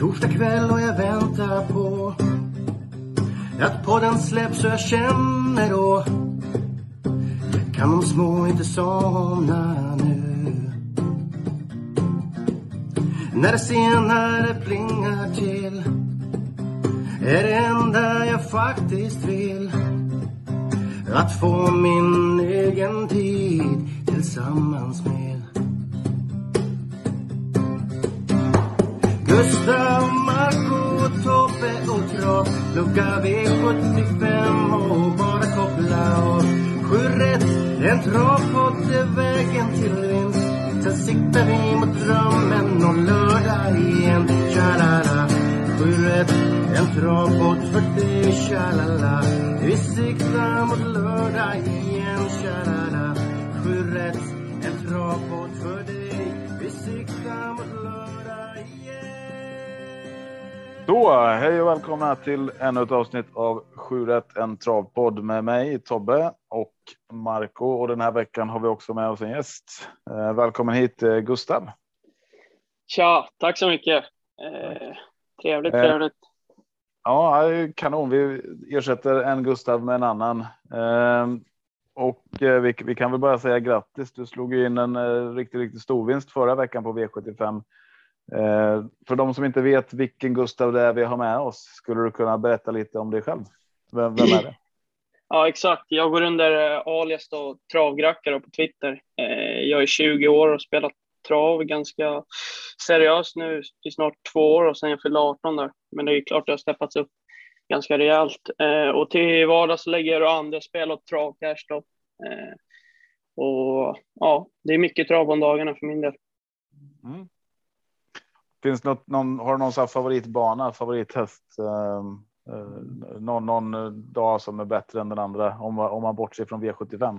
Torsdag kväll och jag väntar på att podden släpps och jag känner då kan de små inte somna nu. När det senare plingar till är det enda jag faktiskt vill att få min egen tid tillsammans med Gustav, Marco, Tobbe och Trav. Lucka V75 och bara koppla av. 7 rätt, en travpodd är vägen till vinst. Sen siktar vi mot drömmen om lördag igen. Tjalala, 7 rätt, en travpodd för dig. Tjalala, vi siktar mot lördag igen. Tjalala, 7 rätt, en travpodd för dig. Vi siktar mot lördag igen. Då, hej och välkomna till ännu ett avsnitt av 7 rätt, en travpodd med mig, Tobbe och Marco. Och den här veckan har vi också med oss en gäst. Välkommen hit, Gustav. Tja, tack så mycket. Trevligt. Ja, kanon. Vi ersätter en Gustav med en annan. Och vi kan väl bara säga grattis. Du slog in en riktigt stor vinst förra veckan på V75. För de som inte vet vilken Gustav det är vi har med oss, skulle du kunna berätta lite om dig själv? Vem är det? Ja, exakt. Jag går under alias då, Travgrackare på Twitter. Jag är 20 år och spelat trav ganska seriöst nu i snart 2 år och sen jag fyllde 18 där. Men det är ju klart det har steppats upp ganska rejält. Och till vardags lägger jag andra spel och travcash då. Och ja, det är mycket trav om dagarna för min del. Mm. Finns det har du någon sån här favoritbana, favorithäst? Någon dag som är bättre än den andra om man bortser från V75?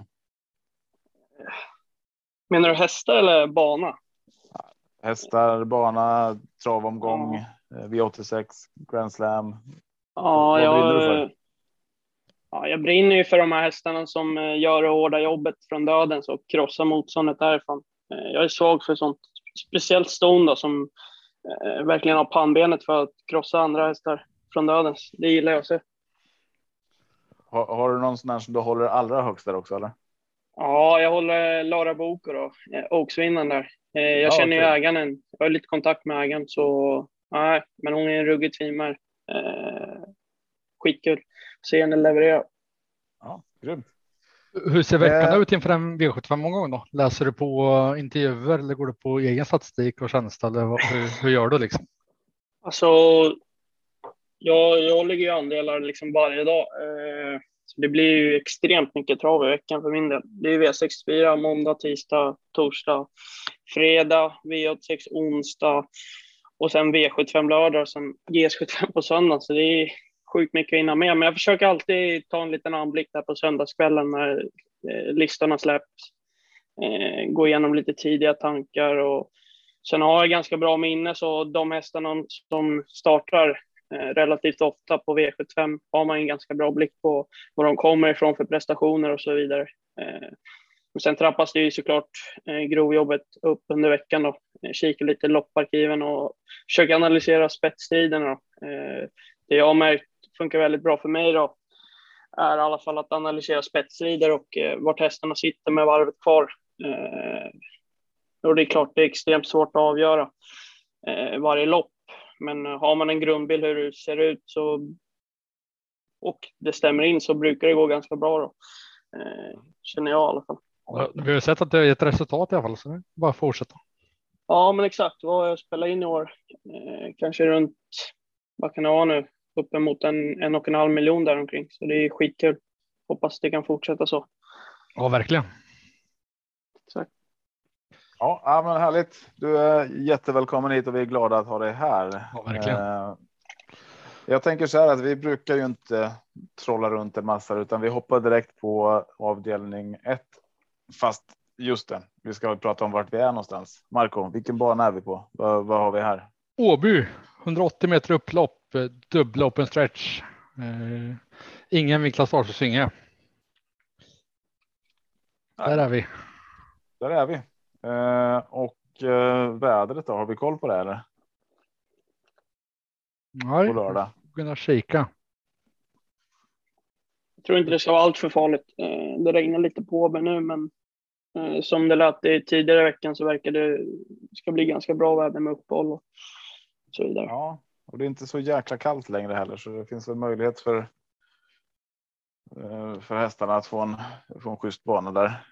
Menar du hästar eller bana? Hästar, bana, travomgång, V86, Grand Slam. Ja, Vad brinner du för? Jag brinner ju för de här hästarna som gör det hårda jobbet från döden och krossar motståndet därifrån. Jag är svag för sånt. Speciellt Stone då, som verkligen har pannbenet för att krossa andra hästar från döden. Det gillar jag att se. Har du någon sån här som du håller allra högst där också, eller? Ja, jag håller Lara Boko då, Oaksvinnaren där. Jag känner ju ägaren, jag har lite kontakt med ägaren, så nej, men hon är en ruggigt fin med. Skitkul. Se henne leverera. Ja, grymt. Hur ser veckan ut inför en V75-omgång då? Läser du på intervjuer eller går du på egen statistik och tjänst? Eller hur gör du liksom? Alltså, jag lägger ju andelar liksom varje dag. Så det blir ju extremt mycket trav i veckan för min del. Det är V64 måndag, tisdag, torsdag, fredag, V86 onsdag och sen V75 lördag och sen GS75 på söndag. Så det är sjukt mycket innan med. Men jag försöker alltid ta en liten anblick där på söndagskvällen när listorna släpps. Gå igenom lite tidiga tankar och sen har jag ganska bra minne, så de hästarna som startar relativt ofta på V75 har man en ganska bra blick på var de kommer ifrån för prestationer och så vidare. Och sen trappas det ju såklart grovjobbet upp under veckan då. Kika lite lopparkiven och försöka analysera spetsstriderna. Det jag har märkt funkar väldigt bra för mig då är i alla fall att analysera spetsstrider och vart hästarna sitter med varvet kvar. Och det är klart det är extremt svårt att avgöra varje lopp. Men har man en grundbild hur det ser ut så, och det stämmer in, så brukar det gå ganska bra då. Känner jag i alla fall. Vi har sett att det har gett resultat i alla fall, så bara fortsätta. Ja, men exakt. Vad jag spelar in i år, kanske runt, vad kan det vara nu? Uppemot 1,5 miljon där omkring. Så det är skitkul. Hoppas det kan fortsätta så. Ja, verkligen. Exakt. Ja, men härligt. Du är jättevälkommen hit och vi är glada att ha dig här. Ja, verkligen. Jag tänker så här att vi brukar ju inte trolla runt en massa, utan vi hoppar direkt på avdelning 1. Fast just det, vi ska prata om vart vi är någonstans. Marco, vilken bana är vi på? Vad har vi här? Åby, 180 meter upplopp, dubbla open stretch. Ingen vinklar startsvinge. Där är vi. Där är vi. Och vädret då, har vi koll på det eller? Nej, på lördag. kunna kika. Jag tror inte det ska vara allt för farligt. Det regnar lite på mig nu, men som det lät i tidigare i veckan så verkar det ska bli ganska bra väder med uppehåll och så vidare. Ja, och det är inte så jäkla kallt längre heller, så det finns en möjlighet för hästarna att få en schysst bana där.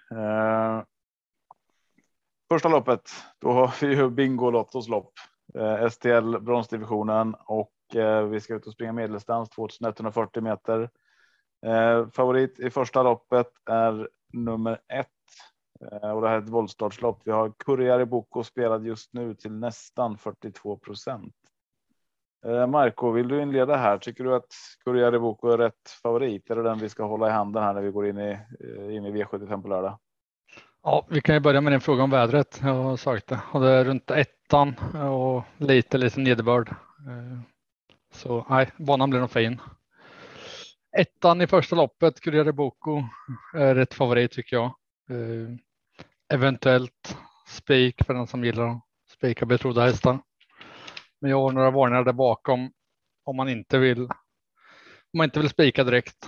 Första loppet, då har vi ju Bingo Lottos lopp. STL bronsdivisionen, och vi ska ut och springa medeldistans 2140 meter. Favorit i första loppet är nummer 1. Och det här är ett voltstartslopp. Vi har Kurriere Boko spelad just nu till nästan 42%. Marco, vill du inleda här? Tycker du att Kurriere Boko är rätt favorit? Eller den vi ska hålla i handen här när vi går in i V75 på lördag? Ja, vi kan ju börja med din fråga om vädret. Jag har sagt det. Och det är runt 1 och lite nederbörd. Så nej, banan blir nog fin. 1 i första loppet, Kurriere Boko, är ett favorit tycker jag. Eventuellt spik för den som gillar att spika betrodda hästar. Men jag har några varningar där bakom om man inte vill spika direkt.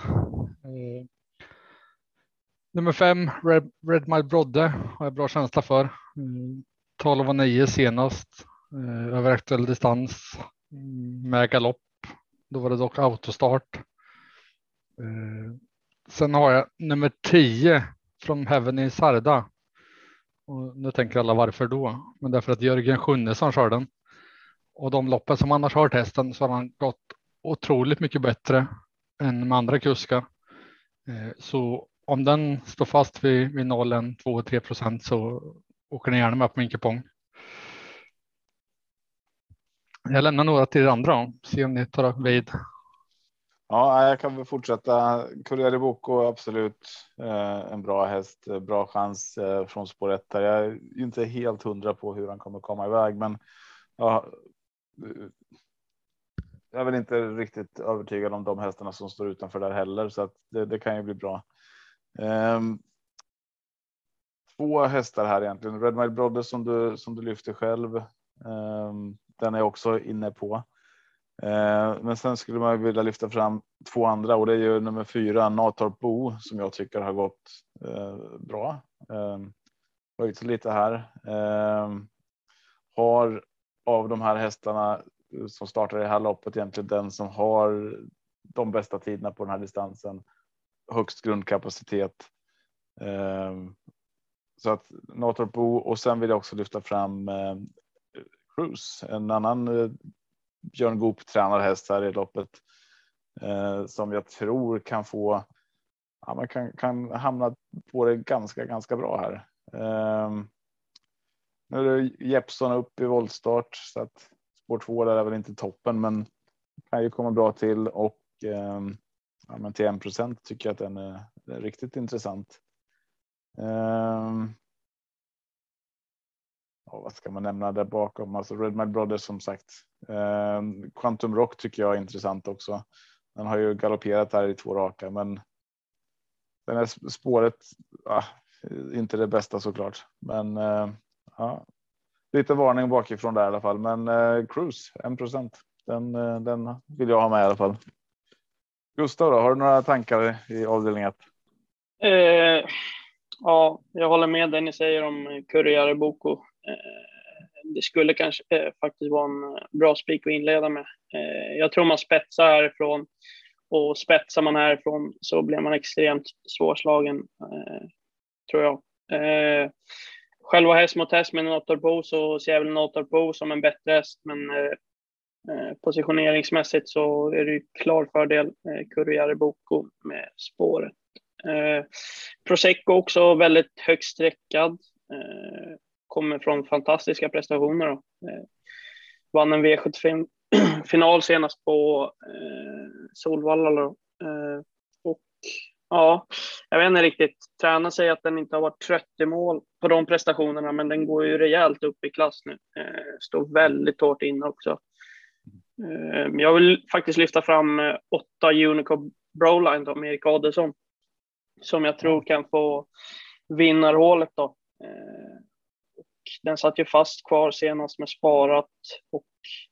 Nummer 5, Red Mile Brodde, har jag bra känsla för. 12,9 senast över aktuell distans med galopp. Då var det dock autostart. Sen har jag nummer 10 från Heaven i Sarda. Och nu tänker alla varför då? Men därför att Jörgen Sjunnesson kör den. Och de loppen som annars har testen så har han gått otroligt mycket bättre än med andra kuskar. Så om den står fast vid 0, 1, 2, 3% så åker ni gärna med på min kupong. Jag lämnar några till er andra. Se om ni tar vid. Ja, jag kan väl fortsätta. Kurriere Boko, absolut en bra häst. Bra chans från spår 1. Jag är inte helt 100 på hur han kommer komma iväg, men ja, jag är väl inte riktigt övertygad om de hästarna som står utanför där heller, så att det kan ju bli bra. 2 hästar här egentligen. Red Mile Brodde som du lyfter själv. Den är också inne på. Men sen skulle man vilja lyfta fram 2 andra, och det är ju nummer 4, Natorp Bo, som jag tycker har gått bra. Höjt lite här. Har av de här hästarna som startar i det här loppet egentligen den som har de bästa tiderna på den här distansen. Högst grundkapacitet. Så att Natorp Bo, och sen vill jag också lyfta fram Cruise, en annan Björn Goop tränarhäst här i loppet, som jag tror kan få, ja, man kan hamna på det ganska bra här. Nu är det Jeppson upp i voltstart, så att spår 2 där är väl inte toppen, men kan ju komma bra till, och ja, men till 1% tycker jag att den är riktigt intressant. Och vad ska man nämna där bakom? Alltså Red Mile Brothers som sagt. Quantum Rock tycker jag är intressant också. Den har ju galopperat här i 2 raka, men den här spåret, inte det bästa såklart. Men ja, lite varning bakifrån där i alla fall. Men Cruise 1%. Den vill jag ha med i alla fall. Gustav då, har du några tankar i avdelning 1? Ja, jag håller med det ni säger om Kurriere Boko. Det skulle kanske faktiskt vara en bra spik att inleda med. Jag tror man spetsar härifrån, och spetsar man härifrån så blir man extremt svårslagen, tror jag. Själva häst mot häst med Natorp Bo, så ser jag väl Natorp Bo som en bättre häst, men positioneringsmässigt så är det ju klar fördel Kurriere Boko med spåret. Prosecco också väldigt högt sträckad, kommer från fantastiska prestationer då. Vann en V75 final senast på Solvalla då. Och ja, jag vet inte riktigt, tränaren säger att den inte har varit trött i mål på de prestationerna, men den går ju rejält upp i klass nu, står väldigt hårt inne också. Jag vill faktiskt lyfta fram 8 Unico Broline då, med Erik Adelsson, som jag tror kan få vinnarhålet då. Och den satt ju fast kvar senast med sparat, och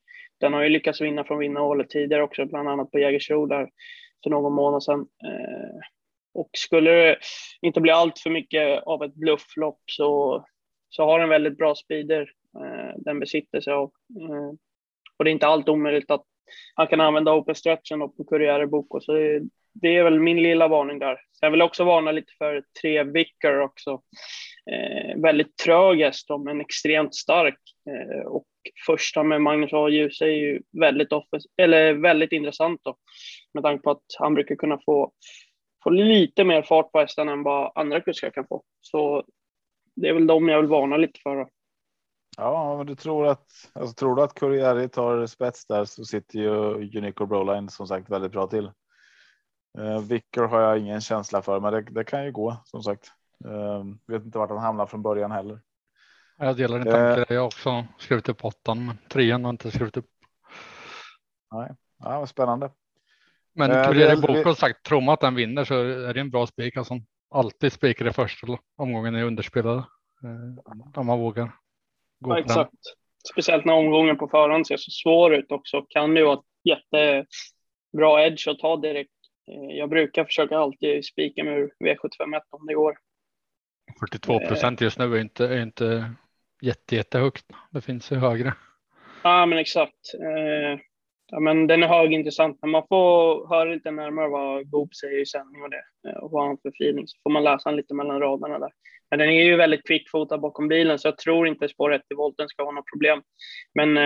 Den har ju lyckats vinna från vinnarhållet tidigare också, bland annat på Jägersro där för någon månad sedan. Och skulle det inte bli allt för mycket av ett blufflopp så har den väldigt bra speeder. Den besitter sig av. Och det är inte allt omöjligt att han kan använda open stretchen och på Corriere Bocco. Så det är väl min lilla varning där. Så jag vill också varna lite för 3 Vicker också. Väldigt trög häst men extremt stark. Och första med Magnus A. Djuse är ju väldigt intressant då. Med tanke på att han brukar kunna få lite mer fart på hästen än vad andra kuskar kan få. Så det är väl de jag vill varna lite för då. Ja, men tror du att Corriere tar spets där, så sitter ju Unico Broline som sagt väldigt bra till. Vicker har jag ingen känsla för, men det kan ju gå som sagt. Vet inte vart han hamnar från början heller. Jag delar din tanke. Jag har också skrivit upp 8, men 3 har inte skrivit upp. Nej, ja, spännande. Men Corriere Bocco sagt, tror man att den vinner så är det en bra spik. Alltså, alltid spikar i första omgången är underspelade. Om man vågar gå på exakt. den. Speciellt när omgången på förhand ser så svår ut också. Kan det ju vara ett jättebra edge att ta direkt. Jag brukar försöka alltid spika med V75 om det går. 42% just nu är inte jättehögt. Det finns ju högre. Ja, men exakt. Ja, men den är högintressant. Men man får höra lite närmare vad Goop säger i sändning och det. Och vad han för feeling. Så får man läsa han lite mellan raderna där. Men den är ju väldigt kvickfotad bakom bilen. Så jag tror inte spår 1 i volten ska ha något problem. Men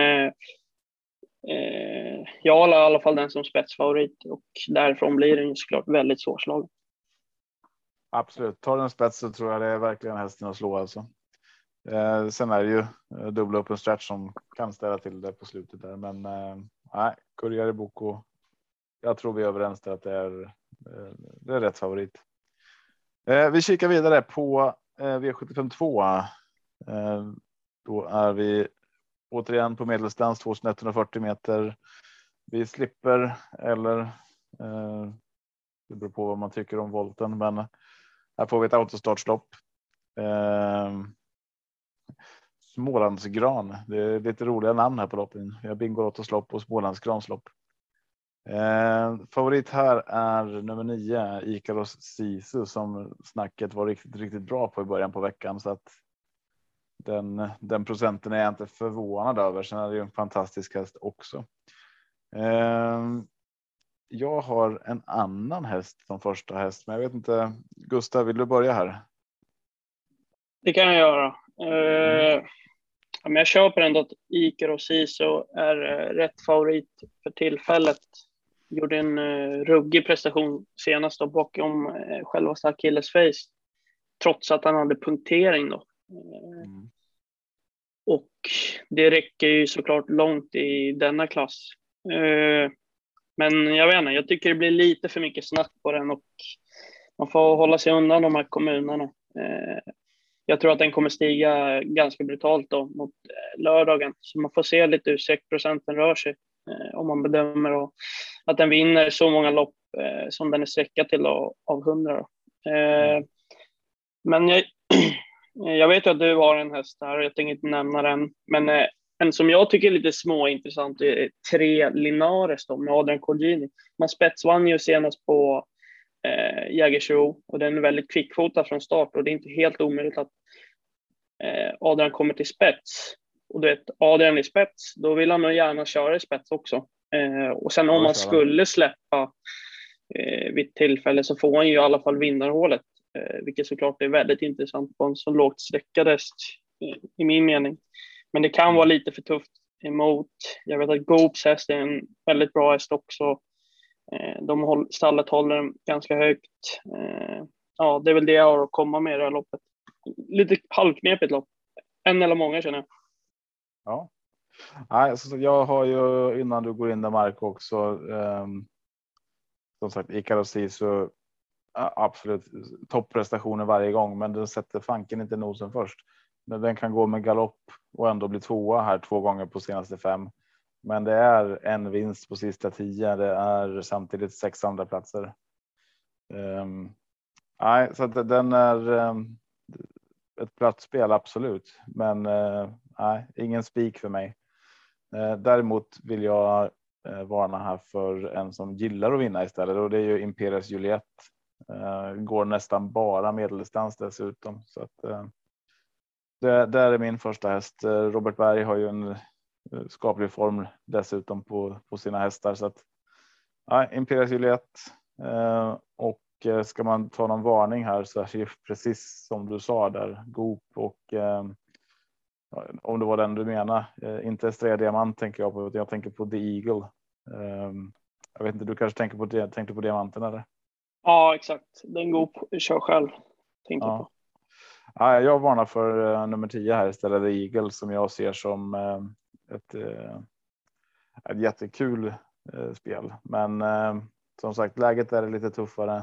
jag håller i alla fall den som spetsfavorit. Och därifrån blir den ju såklart väldigt svårslagen. Absolut. Tar den spets så tror jag det är verkligen hästen att slå alltså. Sen är det ju dubbla upp en stretch som kan ställa till det på slutet där. Men nej, Corriere Bocco. Jag tror vi är överens där att det är rätt favorit. Vi kikar vidare på V75 2. Då är vi återigen på medeldistans 2140 meter. Vi slipper eller det beror på vad man tycker om volten, men här får vi ett autostartslopp. Smålandsgran. Det är lite roliga namn här på loppen. Vi har Bingolotto-lopp och Smålandsgranslopp. Favorit här är nummer 9, Ikaros Sisu, som snacket var riktigt bra på i början på veckan, så att den procenten är jag inte förvånad över. Sen är det ju en fantastisk häst också. Jag har en annan häst som första häst, men jag vet inte. Gustav, vill du börja här? Det kan jag göra. Men jag köper ändå att Ikaros Sisu är rätt favorit för tillfället. Gjorde en ruggig prestation senast då bakom själva Achilles face. Trots att han hade punktering då. Och det räcker ju såklart långt i denna klass. Men jag vet inte, jag tycker det blir lite för mycket snack på den och man får hålla sig undan de här kommunerna. Jag tror att den kommer stiga ganska brutalt då mot lördagen. Så man får se lite hur säckprocenten rör sig om man bedömer att den vinner så många lopp som den är sträckad till då, av 100. Men jag vet ju att du har en häst här och jag tänker inte nämna den. Men en som jag tycker är lite småintressant är 3 Linares då, med Adrian Colgjini. Man spetsvann ju senast på Jägersro och den är väldigt kvickfotad från start och det är inte helt omöjligt att Adrian kommer till spets. Och du vet, Adrian i spets, då vill han nog gärna köra i spets också. Och sen om man skulle släppa vid tillfälle så får han ju i alla fall vinnarhålet. Vilket såklart är väldigt intressant på en så lågt sträckad häst i min mening. Men det kan vara lite för tufft emot. Jag vet att Goops häst är en väldigt bra häst också. Stallet håller den ganska högt. Ja, det är väl det jag har att komma med i det här loppet. Lite halvknepigt lopp. En eller många känner jag. Ja. Alltså, jag har ju innan du går in där Mark också. Som sagt, Ikaros Sisu absolut topprestationer varje gång, men den sätter fanken inte nosen först. Men den kan gå med galopp och ändå bli 2 här 2 gånger på senaste 5. Men det är en vinst på sista 10. Det är samtidigt 6 andra platser. Nej, så att den är ett platsspel absolut. Men nej, ingen spik för mig. Däremot vill jag varna här för en som gillar att vinna istället, och det är ju Imperius Juliet. Går nästan bara medeldistans dessutom, så att det där är min första häst. Robert Berg har ju en skaplig form dessutom på sina hästar, så att Imperius Juliet. Och ska man ta någon varning här så är det ju precis som du sa där, Goop och om det var den du menar, inte Estrella Diamant tänker jag på, utan jag tänker på The Eagle. Jag vet inte, du kanske tänkte på Diamanten eller? Ja, exakt. Den Goop kör själv. Tänkte Ja. på. Ja, jag varnar för nummer 10 här istället, The Eagle, som jag ser som ett jättekul spel. Men som sagt, läget är lite tuffare.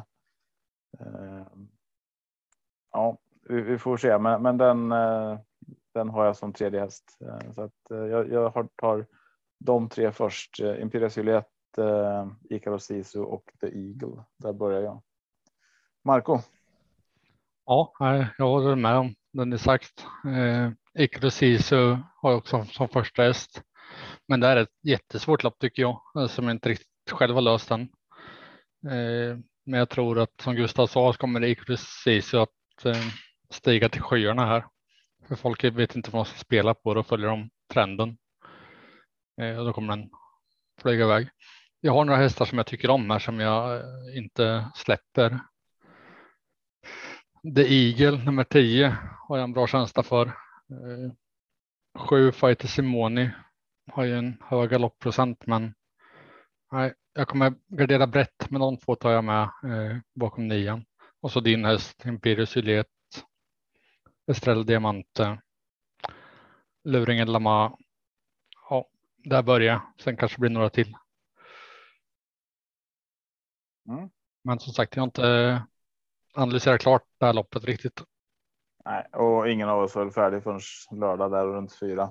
Ja, vi får se. Men den har jag som tredje häst. Så att jag tar de tre först. Imperius Juliet, Icaro Sisu och The Eagle. Där börjar jag. Marco? Ja, jag håller med om den ni sagt. Icaro Sisu har jag också som första häst. Men det är ett jättesvårt lopp tycker jag, som inte riktigt själv har löst den. Men jag tror att som Gustav sa så kommer Icaro Sisu att stiga till skyarna här. För folk vet inte vad man ska spela på, då följer de trenden. Och då kommer den flyga iväg. Jag har några hästar som jag tycker om här som jag inte släpper. The Eagle nummer 10 har jag en bra känsla för. 7 Fighter Simoni har ju en hög galoppprocent, men nej, jag kommer gardera brett, men de två tar jag med bakom 9. Och så din häst Imperius Juliet, Estrella Diamante, Luringen Lama. Ja, där börjar jag. Sen kanske blir några till. Men som sagt, jag har inte analyserat klart det här loppet riktigt. Nej, och ingen av oss är färdig förrän lördag där runt 4.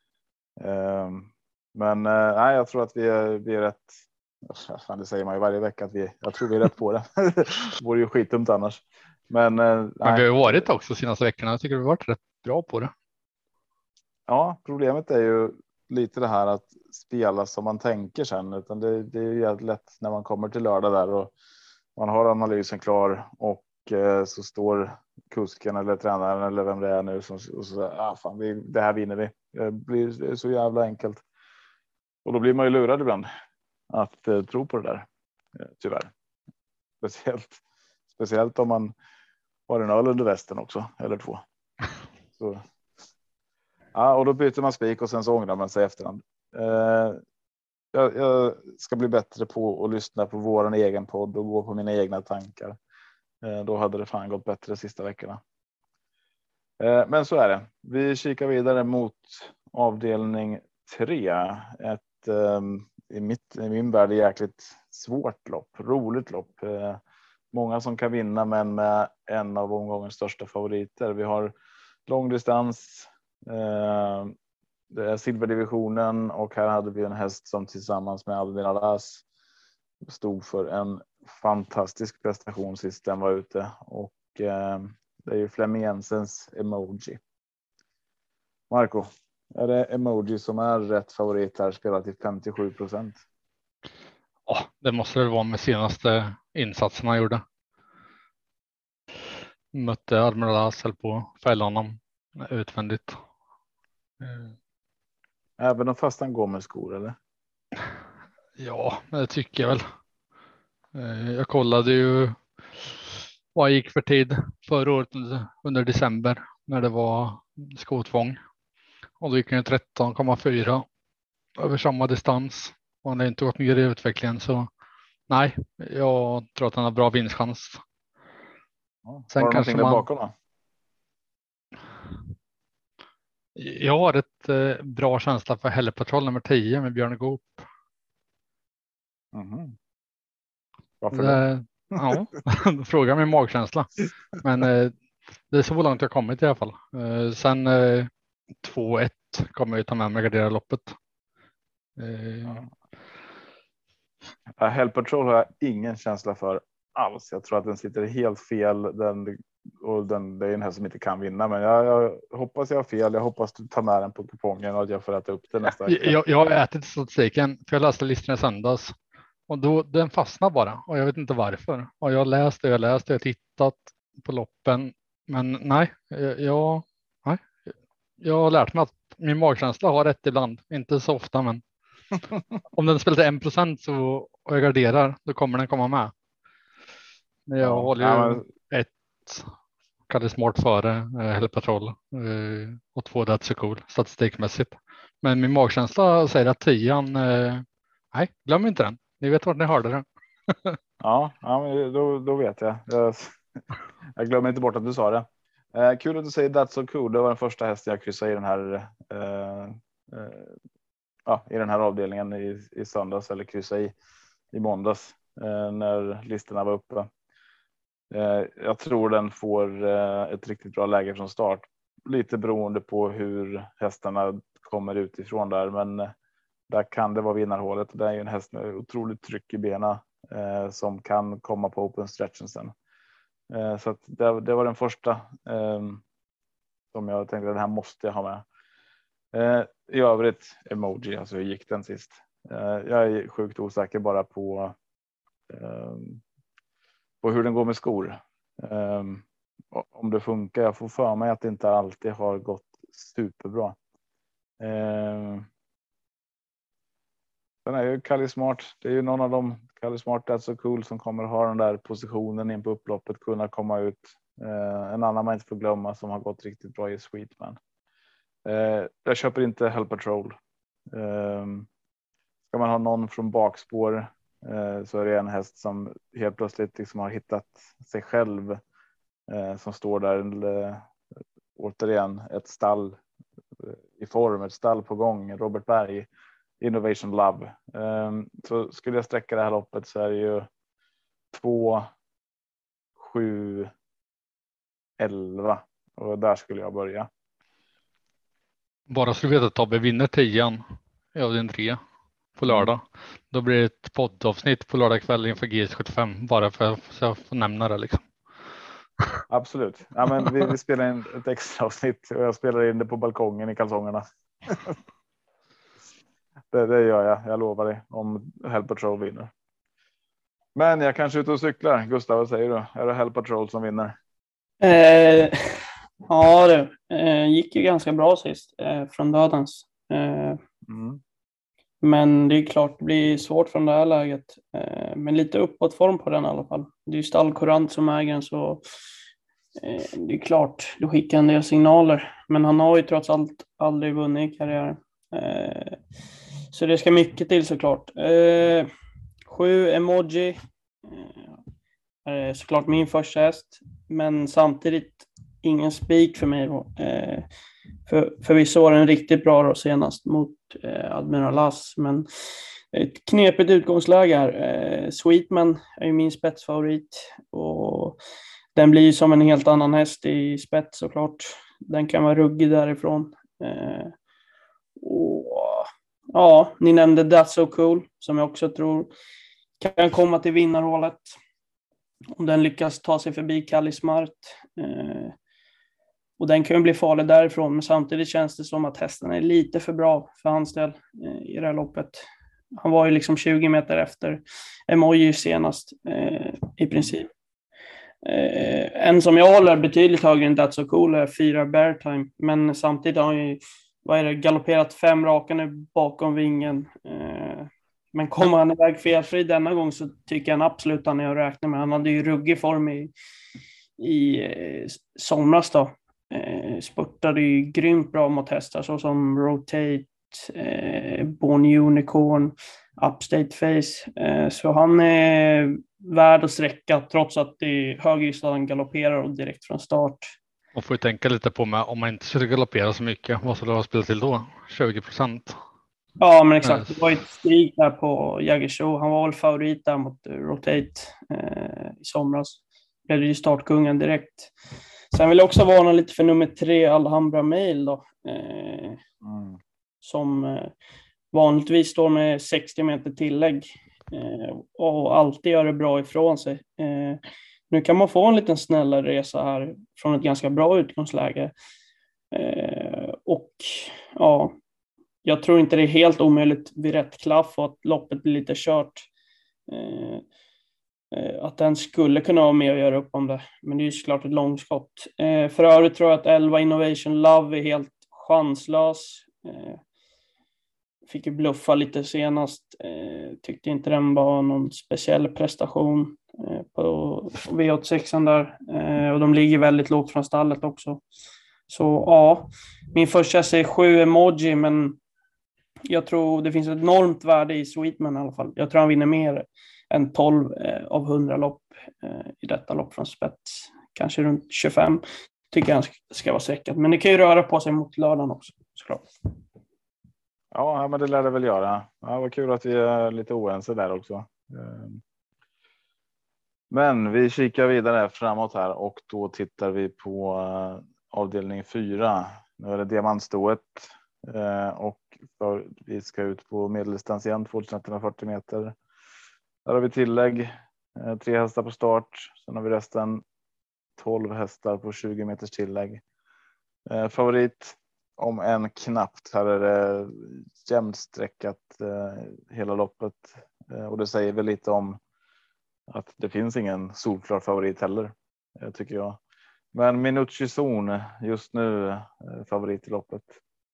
Men nej, jag tror att vi är rätt. Fan, det säger man ju varje vecka att jag tror vi är rätt på det. Det vore ju skitdumt annars. Men vi har ju varit också senaste veckorna. Jag tycker vi har varit rätt bra på det. Ja, problemet är ju lite det här att spela som man tänker sen, utan det är ju jävligt lätt när man kommer till lördag där och man har analysen klar och så står kusken eller tränaren eller vem det är nu som och så fan, det här vinner vi. Det blir så jävla enkelt. Och då blir man ju lurad ibland att tro på det där. Tyvärr. Speciellt om man har en öl under västen också eller 2. Så. Ja, och då byter man spik och sen så ångrar man sig efterhand. Jag ska bli bättre på att lyssna på våran egen podd och gå på mina egna tankar. Då hade det fan gått bättre de sista veckorna. Men så är det. Vi kikar vidare mot avdelning 3. Ett i min värld jäkligt svårt lopp. Roligt lopp. Många som kan vinna, men med en av omgångens största favoriter. Vi har långdistans. Det är silverdivisionen och här hade vi en häst som tillsammans med Admiral As stod för en fantastisk prestation sist den var ute, och det är ju Flemming Jensens Emoji. Marco, är det Emoji som är rätt favorit här, spelar till 57%? Ja, det måste det vara med senaste insatsen han gjorde. Mötte Admiral As på fälla honom utvändigt. Även om fast han går med skor eller? Ja, det tycker jag väl. Jag kollade ju vad jag gick för tid förra året under december när det var skotvång. Och då gick han 13,4 över samma distans. Och han har inte gått ner i utvecklingen, så nej, jag tror att han har bra vinstchans. Ja, Sen var kanske där bakom då? Jag har ett bra känsla för Hellepatrol nummer 10 med Björn Goop. Varför det? Ja, fråga min magkänsla. Men det är så långt jag kommit i alla fall. Sen 2-1 kommer jag ta med mig gardera loppet. Hell Patrol har jag ingen känsla för alls. Jag tror att den sitter helt fel. Den och det är en häst som inte kan vinna, men jag hoppas jag har fel. Jag hoppas du tar med den på kupongen och att jag får äta upp den nästa vecka. Jag har ätit statistiken, för jag läste listan i söndags och då den fastnar bara och jag vet inte varför. Och jag har läst och jag har tittat på loppen, men nej, jag har lärt mig att min magkänsla har rätt ibland, inte så ofta, men om den spelar till 1% så och jag garderar, då kommer den komma med. Men jag håller ju ett Kalle Smart före Hell Patrol och 2 That's So Cool statistikmässigt. Men min magkänsla säger att 10:an, nej, glöm inte den. Ni vet vart ni hörde den. Ja, men då vet jag. Jag glömmer inte bort att du sa det. Kul att du säger That's So Cool. Det var den första hästen jag kryssade i den här i den här avdelningen i söndags, eller kryssade i måndags när listorna var uppe. Jag tror den får ett riktigt bra läge från start. Lite beroende på hur hästarna kommer utifrån där. Men där kan det vara vinnarhålet. Det är ju en häst med otroligt tryck i benen som kan komma på open stretchen sen. Så att det var den första som jag tänkte att den här måste jag ha med. I övrigt emoji, alltså hur gick den sist? Jag är sjukt osäker bara på hur den går med skor. Om det funkar. Jag får för mig att det inte alltid har gått superbra. Sen är ju Kalle Smart. Det är ju någon av dem, Kalle Smart, That's So Cool, som kommer ha den där positionen in på upploppet, kunna komma ut. En annan man inte får glömma som har gått riktigt bra i Sweetman. Jag köper inte Hell Patrol. Ska man ha någon från bakspår så är det en häst som helt plötsligt liksom har hittat sig själv, som står där, återigen ett stall i form, ett stall på gång, Robert Berg, Innovation Love. Så skulle jag sträcka det här loppet så är det ju 2, 7, 11 och där skulle jag börja. Bara så du vet att Tobbe vinner 10:an i avdelning 3 på lördag. Då blir det ett poddavsnitt på lördag kväll inför GS75, bara för att jag får nämna det liksom. Absolut. Ja, men vi spelar in ett extra avsnitt och jag spelar in det på balkongen i kalsongerna. det gör jag lovar dig, om Hell Patrol vinner. Men jag kanske är ute och cyklar. Gustav, vad säger du? Är det Hell Patrol som vinner? Ja, det gick ju ganska bra sist från dödens. Men det är klart det blir svårt från det här läget. Men lite uppåt form på den i alla fall. Det är ju Stallkurant som äger den, så det är klart, då skickar en del signaler. Men han har ju trots allt aldrig vunnit i karriären. Så det ska mycket till såklart. 7 emoji. Såklart min första häst. Men samtidigt ingen spik för mig då. För vi såg den riktigt bra då senast mot Admiral As, men ett knepigt utgångsläge här. Sweetman är ju min spetsfavorit och den blir ju som en helt annan häst i spets såklart. Den kan vara ruggig därifrån. Och ja, ni nämnde That's So Cool som jag också tror kan komma till vinnarhålet om den lyckas ta sig förbi Kalle Smart. Och den kan ju bli farlig därifrån, men samtidigt känns det som att hästen är lite för bra för hans del i det här loppet. Han var ju liksom 20 meter efter emoji senast i princip. En som jag håller betydligt högre än That's So Cool är 4 Bear Time, men samtidigt har han ju galopperat 5 raka nu bakom vingen. Men kommer han iväg felfri denna gång så tycker jag absolut han är att räkna med. Han hade ju ruggig form i somras då. Spurtade ju grymt bra mot hästar så som Rotate, Born Unicorn, Upstate Face. Så han är värd att sträcka trots att det är hög han galopperar och direkt från start. Man får ju tänka lite på med, om man inte skulle galoppera så mycket, vad skulle det ha spelat till då? 20%? Ja, men exakt. Det var ju ett steg där på Jägersro. Han var väl favorit där mot Rotate i somras. Blev det ju startkungen direkt. Sen vill jag också varna lite för nummer 3, Alhambra Mail då. Som vanligtvis står med 60 meter tillägg och alltid gör det bra ifrån sig. Nu kan man få en liten snällare resa här från ett ganska bra utgångsläge. Och ja, jag tror inte det är helt omöjligt vid rätt klaff och att loppet blir lite kört. Att den skulle kunna vara med och göra upp om det. Men det är ju såklart ett långskott. För övrigt tror jag att 11 Innovation Love är helt chanslös. Fick ju bluffa lite senast. Tyckte inte den var någon speciell prestation på V86 där. Och de ligger väldigt lågt från stallet också. Så ja, min första är 7 emoji, men jag tror det finns ett enormt värde i Sweetman i alla fall. Jag tror han vinner mer än 12 av 100 lopp i detta lopp från spets. Kanske runt 25 tycker jag han ska vara säkert. Men det kan ju röra på sig mot lördagen också, såklart. Ja, men det lär det väl göra. Ja, vad kul att vi är lite oense där också. Men vi kikar vidare framåt här och då tittar vi på avdelning 4. Nu är det diamantstoet och vi ska ut på medeldistans igen, 2140 meter. Där har vi tillägg, 3 hästar på start. Sen har vi resten 12 hästar på 20 meters tillägg. Favorit om en knappt. Här är det jämnt sträckat hela loppet. Och det säger väl lite om att det finns ingen solklar favorit heller, tycker jag. Men Minucci Zon just nu favorit i loppet.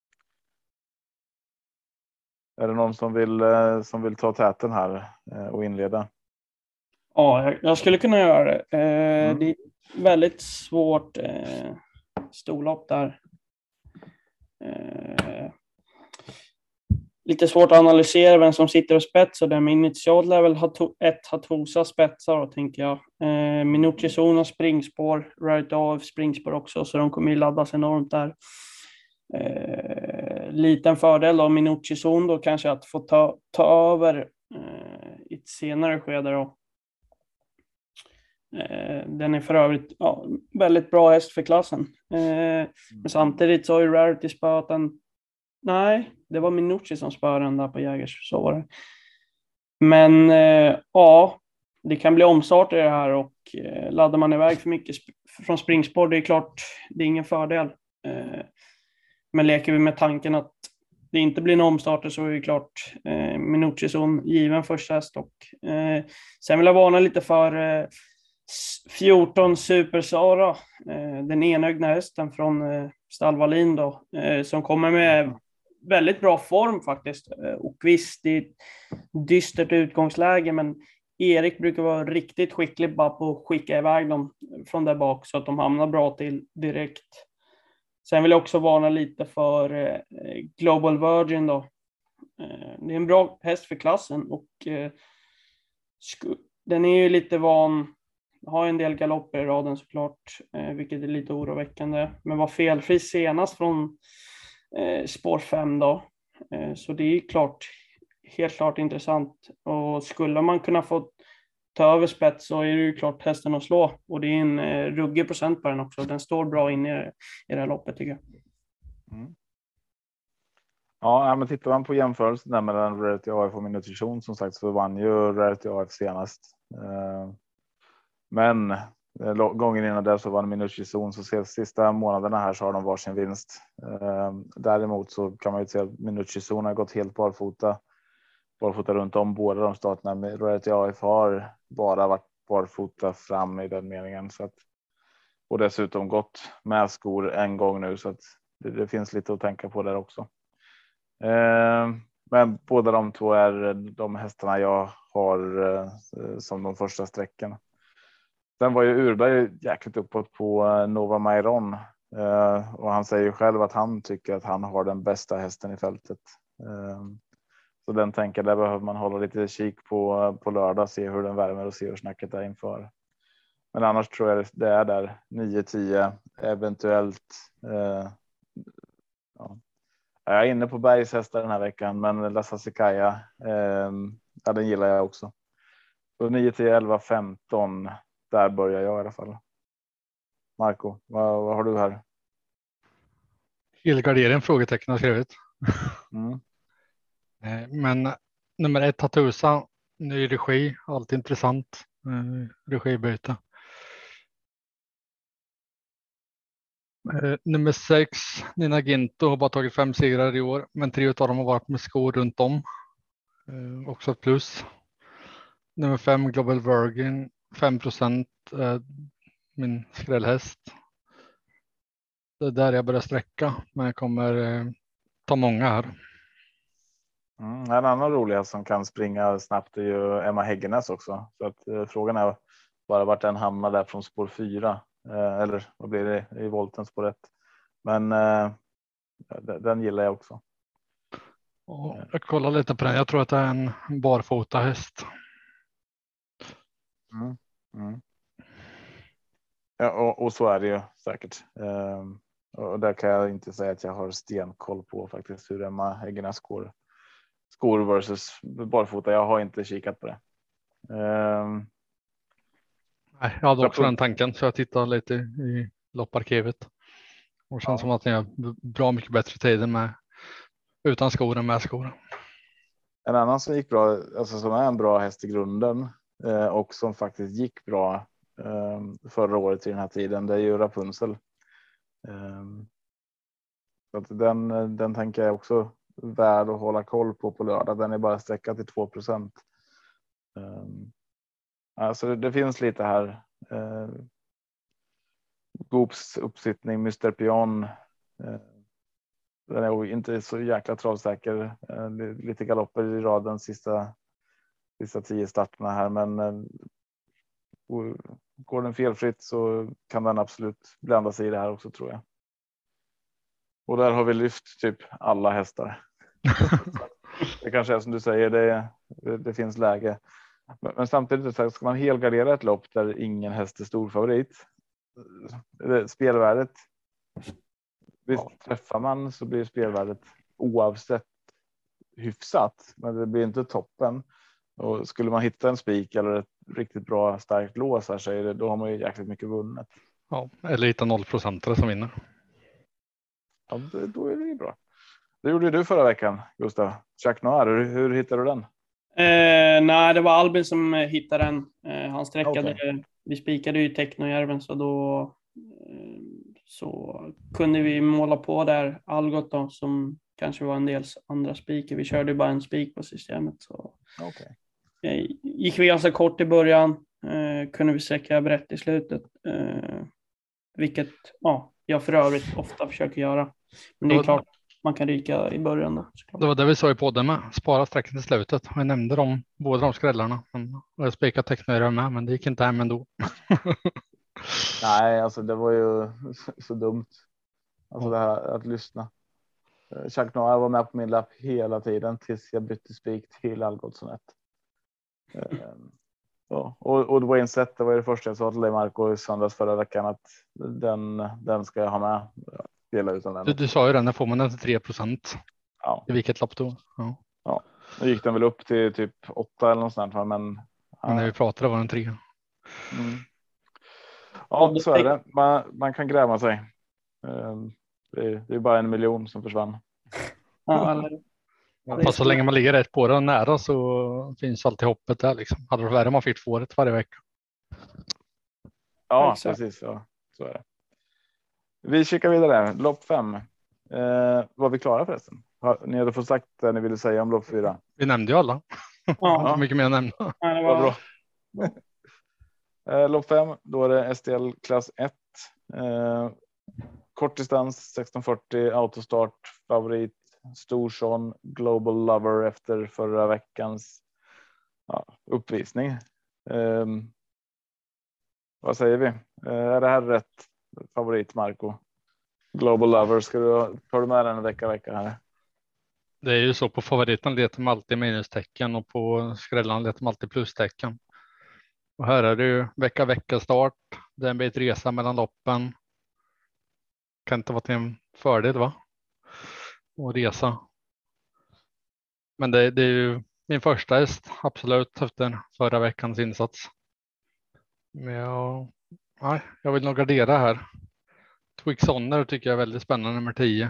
Är det någon som vill ta täten här och inleda? Ja, jag skulle kunna göra det. Det är väldigt svårt storlopp där. Lite svårt att analysera vem som sitter och spetsar där. Men initialt lär väl ha Hattusa spetsar då, tänker jag. Minucci Zon har springspår. Right AF springspår också. Så de kommer ju laddas enormt där. Liten fördel av Minucci Zon då kanske att få ta över i ett senare skede då. Den är för övrigt väldigt bra häst för klassen. Men samtidigt så har ju Rarity spöat den. Nej, det var Minucci som spöade den där på Jägers, så var det. Men det kan bli omstart i det här och laddar man iväg för mycket från springspår, det är klart, det är ingen fördel. Men leker vi med tanken att det inte blir en omstart så är det klart Minucci som given första häst. Och sen vill jag varna lite för 14 Super Sara, den enögda hästen från Stallvalin då, som kommer med väldigt bra form faktiskt. Och visst, det är ett dystert utgångsläge, men Erik brukar vara riktigt skicklig bara på att skicka iväg dem från där bak så att de hamnar bra till direkt. Sen vill jag också varna lite för Global Virgin då. Det är en bra häst för klassen och den är ju lite van, har en del galopper i raden såklart, vilket är lite oroväckande. Men var felfri senast från spår 5 då. Så det är klart, helt klart intressant. Och skulle man kunna få ta över spets så är det ju klart hästen att slå. Och det är en ruggig procent på den också. Den står bra inne i det här loppet tycker jag. Mm. Ja, men tittar man på jämförelsen där mellan Rarity AF och Minucci Zon, som sagt, så vann ju Rarity AF senast. Men gången innan där så vann Minucci Zon, så sista månaderna här så har de varsin vinst. Däremot så kan man ju säga att Minucci Zon har gått helt barfota runt om båda de starterna. Med Rarity AF har bara varit barfota fram i den meningen, så att, och dessutom gått med skor en gång nu, så att det finns lite att tänka på där också. Men båda de två är de hästarna jag har som de första sträcken. Sen var ju Urberg jäkligt uppåt på Nova Mairon. Och han säger ju själv att han tycker att han har den bästa hästen i fältet. Så den tänker, där behöver man hålla lite kik på lördag, se hur den värmer och se hur snacket är inför. Men annars tror jag det är där 9-10 eventuellt. Ja. Jag är inne på bergshästar den här veckan, men La Sassicaia, ja, den gillar jag också. Så 9-11-15, där börjar jag i alla fall. Marco, vad har du här? Helgardering frågetecken har skrivit. Mm. Men nummer 1 Hattusa, ny regi, allt intressant regibyte. Nummer 6, Nina Ginto, har bara tagit 5 segrar i år, men 3 av dem har varit med skor runt om. Också ett plus. Nummer 5, Global Virgin, 5%, min skrällhäst. Det är där jag börjar sträcka, men jag kommer ta många här. En annan rolig häst som kan springa snabbt är ju Emma Häggenäs också. Så att frågan är bara vart den hamnar där från spår 4. Eller vad blir det i volten spår 1. Men den gillar jag också. Jag kollar lite på den. Jag tror att det är en barfota häst. Ja, och så är det ju säkert. Och där kan jag inte säga att jag har stenkoll på faktiskt hur Emma Häggenäs skor versus barfota. Jag har inte kikat på det. Nej, jag hade också den tanken, så jag tittade lite i lopparkivet. Och det känns som att ni har bra mycket bättre tider med utan skor än med skor. En annan som gick bra, alltså som är en bra häst i grunden och som faktiskt gick bra förra året i den här tiden, det är ju Rapunzel. Så att den tänker jag också värd att hålla koll på lördag. Den är bara sträckad till 2%. Alltså det finns lite här. Goops uppsittning, Mr. Pion. Den är inte så jäkla travsäker. Lite galopper i raden sista 10 starterna här, men går den felfritt så kan den absolut blanda sig i det här också, tror jag. Och där har vi lyft typ alla hästar. Det kanske är som du säger, det finns läge. Men samtidigt så ska man helgardera ett lopp där ingen häst är stor favorit. Spelvärdet. Visst, träffar man så blir spelvärdet oavsett hyfsat, men det blir inte toppen. Och skulle man hitta en spik eller ett riktigt bra starkt lås här, så då har man ju jäkligt mycket vunnet. Ja, eller hitta 0% som vinner. Ja, då är det ju bra. Det gjorde du förra veckan, Gustav. Jacques Noir, hur hittade du den? Nej, det var Albin som hittade den. Han sträckade. Okay. Vi spikade ju Technojärven, så då så kunde vi måla på där Algot då, som kanske var en del andra spiker. Vi körde bara en spik på systemet. Så gick vi ganska kort i början. Kunde vi sträcka brett i slutet. Vilket jag för övrigt ofta försöker göra. Men det är klart, man kan ryka i början då. Såklart. Det var det vi sa i podden med. Spara sträckan till slutet. Jag nämnde båda de skrällarna. Och jag spikade Technojärven med, men det gick inte hem ändå. Nej, alltså det var ju så dumt. Alltså det här att lyssna. Jacques Noir var med på min lapp hela tiden tills jag bytte spik till Algotsson 1. Och Dwayne Sett, det var det första jag sa till dig, Marco, i söndags förra veckan, att den ska jag ha med. Spela utan den. Du sa ju den, när får man den till 3%. Ja. I vilket lopp då? Ja. Nu gick den väl upp till typ 8 eller något sånt, men när vi pratade var den 3. Ja, så är det. Man kan gräma sig. Det är bara 1 miljon som försvann. Fast så länge man ligger rätt på den nära så finns alltid hoppet där liksom. Hade det värre man fick 2 rätt varje vecka. Ja, precis. Ja, så är det. Vi kikar vidare. Lopp 5. Var vi klara förresten? Ni hade fått sagt det ni ville säga om lopp 4. Vi nämnde ju alla. Ja. Så mycket mer att nämna. Ja, det var bra. Lopp 5, då är det STL klass 1. Kortdistans 1640, autostart, favorit Storsson, Global Lover efter förra veckans uppvisning. Vad säger vi? Är det här rätt favorit, Marco? Global Lover, tar du med den en vecka här? Det är ju så, på favoriten letar man alltid minustecken och på skrällan letar man alltid plustecken. Och här är det ju vecka start. Det är en bit resa mellan loppen. Kan inte vara till en fördel, va? Och resa. Men det är ju min första häst, absolut, efter förra veckans insats. Men jag vill nog gardera här. Twix Honor tycker jag är väldigt spännande, nummer 10.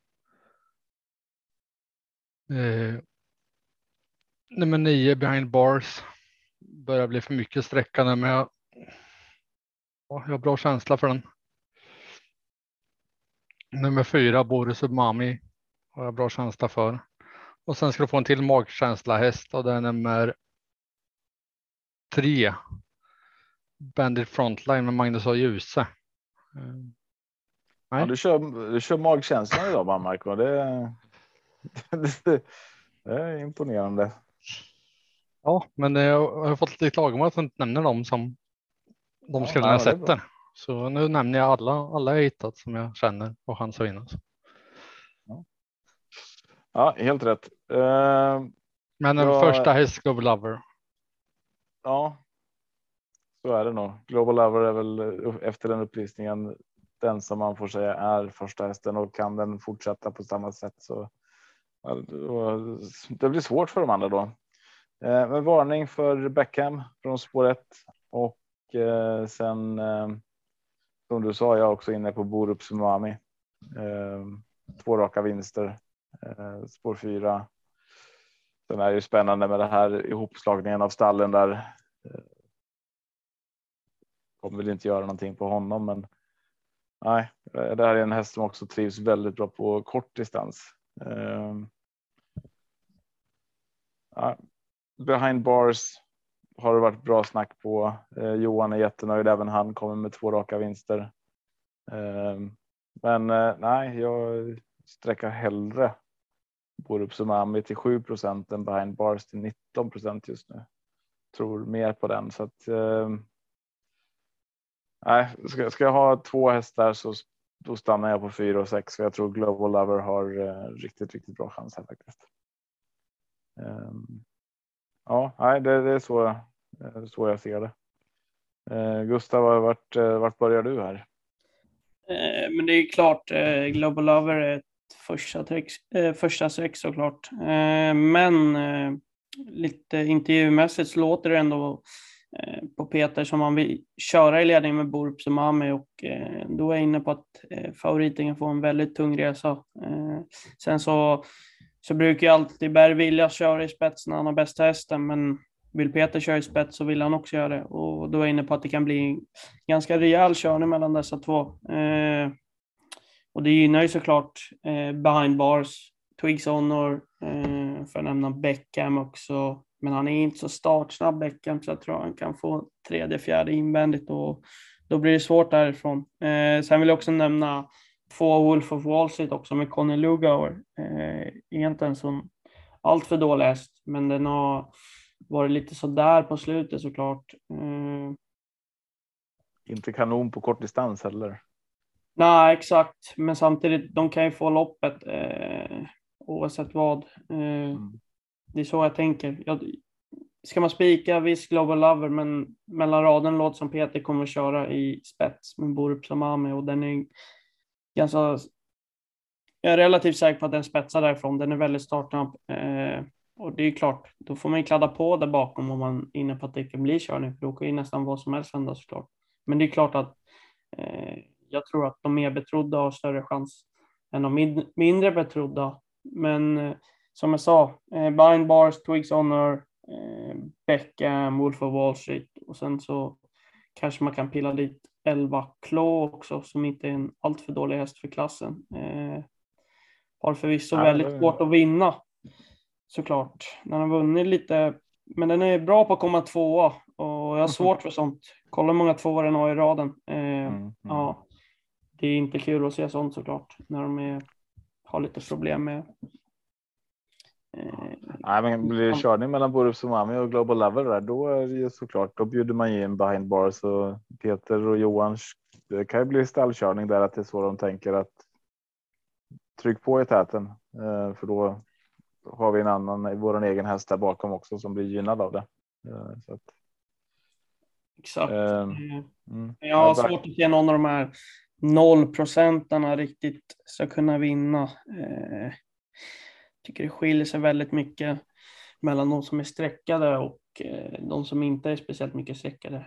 Nummer 9, Behind Bars. Börjar bli för mycket sträckande, men jag har bra känsla för den. Nummer 4, Boris Umami. Har jag bra känsla för. Och sen ska du få en till magkänsla häst och det är nummer 3. Bandit Frontline med Magnus och Ljuse. Ja, du kör magkänslan idag, bara Marco. Det är imponerande. Ja, men jag har fått lite klagomål att jag inte nämner dem som de skulle jag sätter. Så nu nämner jag alla jag hittat som jag känner och chans att vinna. Ja, helt rätt. Men den första häst Global Lover. Ja, så är det nog. Global Lover är väl efter den uppvisningen den som man får säga är första hästen, och kan den fortsätta på samma sätt så det blir svårt för de andra då. Men varning för Beckham från spår 1 och sen som du sa, jag också inne på Borup Umami. 2 raka vinster. Spår 4. Sen är det ju spännande med det här ihopslagningen av stallen där. Kommer väl inte göra någonting på honom, men nej, det här är en häst som också trivs väldigt bra på kort distans. Behind Bars har det varit bra snack på. Johan är jättenöjd, även han kommer med 2 raka vinster. Men nej, jag sträcker hellre Borup Umami till 7% än Behind Bars till 19% just nu. Tror mer på den, så att nej, ska jag ha 2 hästar så då stannar jag på 4 och 6, för jag tror Global Lover har riktigt bra chans här faktiskt. Ja, nej, det är så jag ser det. Gustav, vart börjar du här? Men det är klart, Global Lover är ett första sex såklart. Men lite intervjumässigt så låter det ändå på Peter som man vill köra i ledning med Borup Umami, och då är jag inne på att favoriten får en väldigt tung resa. Sen så brukar ju alltid Berg vilja köra i spets när han har bästa hästen, men vill Peter köra i spets så vill han också göra det, och då är jag inne på att det kan bli ganska rejäl körning mellan dessa två. Och det gynnar ju såklart Behind Bars, Twigs Honor, för att nämna Beckham också. Men han är inte så startsnabb Beckham, så jag tror han kan få 3:e, 4:e invändigt, och då blir det svårt därifrån. Sen vill jag också nämna 2 Wolf of Wall Street också med Conny Lugauer. Egentligen som allt för dålig häst, men den har varit lite så där på slutet såklart. Inte kanon på kort distans heller. Nej, exakt. Men samtidigt, de kan ju få loppet oavsett vad. Det är så jag tänker. Ska man spika viss Global Lover, men mellan raden låter som Peter kommer att köra i spets med Borup Umami, och den är ganska... Jag är relativt säker på att den spetsar därifrån. Den är väldigt startsnabb. Och det är klart, då får man ju kladda på där bakom om man är inne på att det kan bli körning. För då kan ju nästan vad som helst hända såklart. Men det är klart att jag tror att de mer betrodda har större chans än de mindre betrodda. Men som jag sa, Behind Bars, Twigs Honor, Beckham, Wolf of Wall Street, och sen så kanske man kan pilla dit 11 Claw också, som inte är en alltför dålig häst för klassen. Har förvisso väldigt svårt att vinna såklart. Den har vunnit lite, men den är bra på att komma 2:a, och jag har svårt för sånt. Kolla hur många 2:or den har i raden. Ja, det är inte kul att se sånt såklart, när de har lite problem med nej, men blir det körning mellan Borup Umami och Global Lover där, då är det ju såklart, då bjuder man in Behind Bars, och Peter och Johan, det kan ju bli stallkörning där, att det är så de tänker, att tryck på i täten, för då har vi en annan i vår egen häst där bakom också som blir gynnad av det. Så att, exakt. Jag har svårt att se någon av de här 0% riktigt ska kunna vinna. Tycker det skiljer sig väldigt mycket mellan de som är sträckade och de som inte är speciellt mycket sträckade.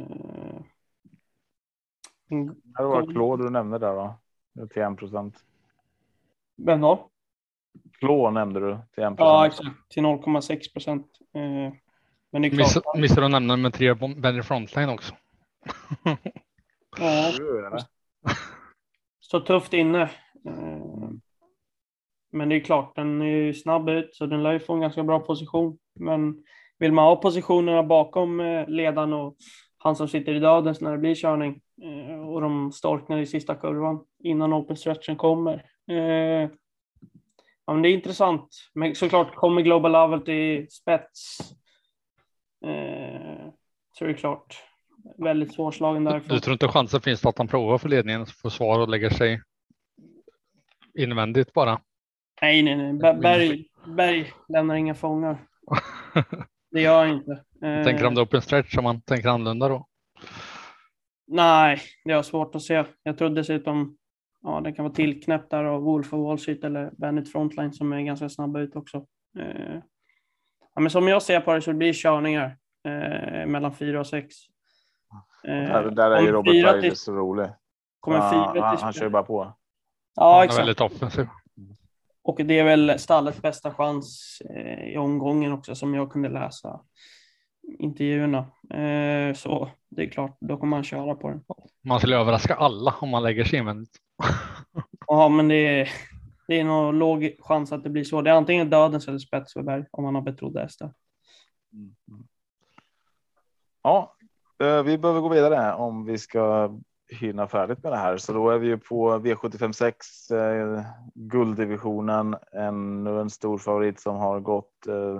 Det var Claude du nämnde där då, till 1%. Men då? Claude nämnde du till 1%. Ja, exakt, till 0,6%. Men det är klart. Missar du nämna med 3 Bandit Frontline också? Ja. Så tufft inne. Men det är klart, den är ju snabb ut så den lär ju få en ganska bra position. Men vill man ha positionerna bakom ledaren och han som sitter i dödens när det blir körning och de storknar i sista kurvan innan open stretchen kommer. Ja, men det är intressant. Men såklart kommer Global Level till spets. Så är det klart. Väldigt svårslagen därifrån. Du tror inte chansen finns att han provar för ledningen så får svar och lägger sig invändigt bara? Nej. Berg lämnar inga fångar. Det gör jag inte. Tänker han då upp en stretch om man tänker annorlunda då? Nej, det är svårt att se. Jag tror dessutom det kan vara tillknäppt där av Wolf och Wallstreet eller Bennett Frontline som är ganska snabba ut också. Men som jag ser på det så blir körningar mellan 4 och 6. Där är ju Robert Berger så rolig. Han kör bara på. Ja, exakt. Han är väldigt offensiv. Och det är väl stallets bästa chans i omgången också som jag kunde läsa intervjuerna. Så det är klart, då kommer man köra på den. Man skulle överraska alla om man lägger sig invändigt. Ja, men det är nog låg chans att det blir så. Det är antingen dödens eller spets för Berg om man har betrodd hästar. Ja, vi behöver gå vidare om vi ska hinna färdigt med det här. Så då är vi ju på V75-6 gulddivisionen. Ännu en stor favorit som har gått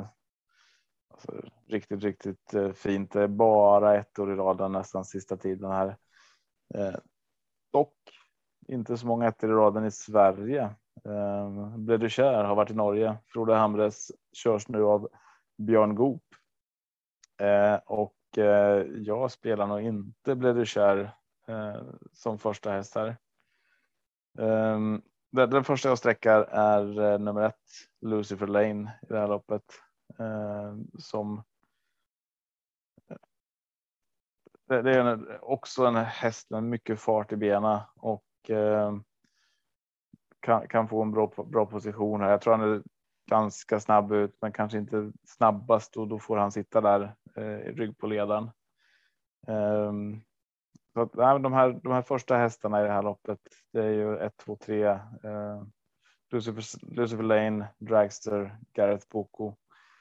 riktigt fint. Det är bara ett år i raden nästan sista tiden här. Dock inte så många ettor i raden i Sverige. Blev kär har varit i Norge. Frode Hamres körs nu av Björn Goop. Och jag spelar nog inte Blev kär som första häst här. Den första jag sträckar är nummer 1 Lucifer Lane i det här loppet. Som det är också en häst med mycket fart i benen och kan få en bra position här. Jag tror han är ganska snabb ut men kanske inte snabbast och då får han sitta där i rygg på ledaren. Så att, de här första hästarna i det här loppet, det är ju 1, 2, 3 Lucifer Lane, Dragster, Gareth Boko.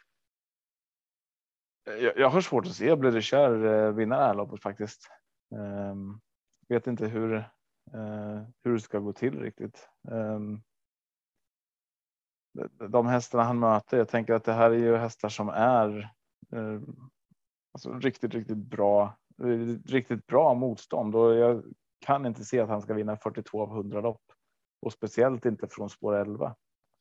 Jag har svårt att se Blev kär vinna det här loppet faktiskt. Vet inte hur det ska gå till riktigt. De hästarna han möter, jag tänker att det här är ju hästar som är alltså riktigt bra motstånd och jag kan inte se att han ska vinna 42 av 100 lopp och speciellt inte från spår 11.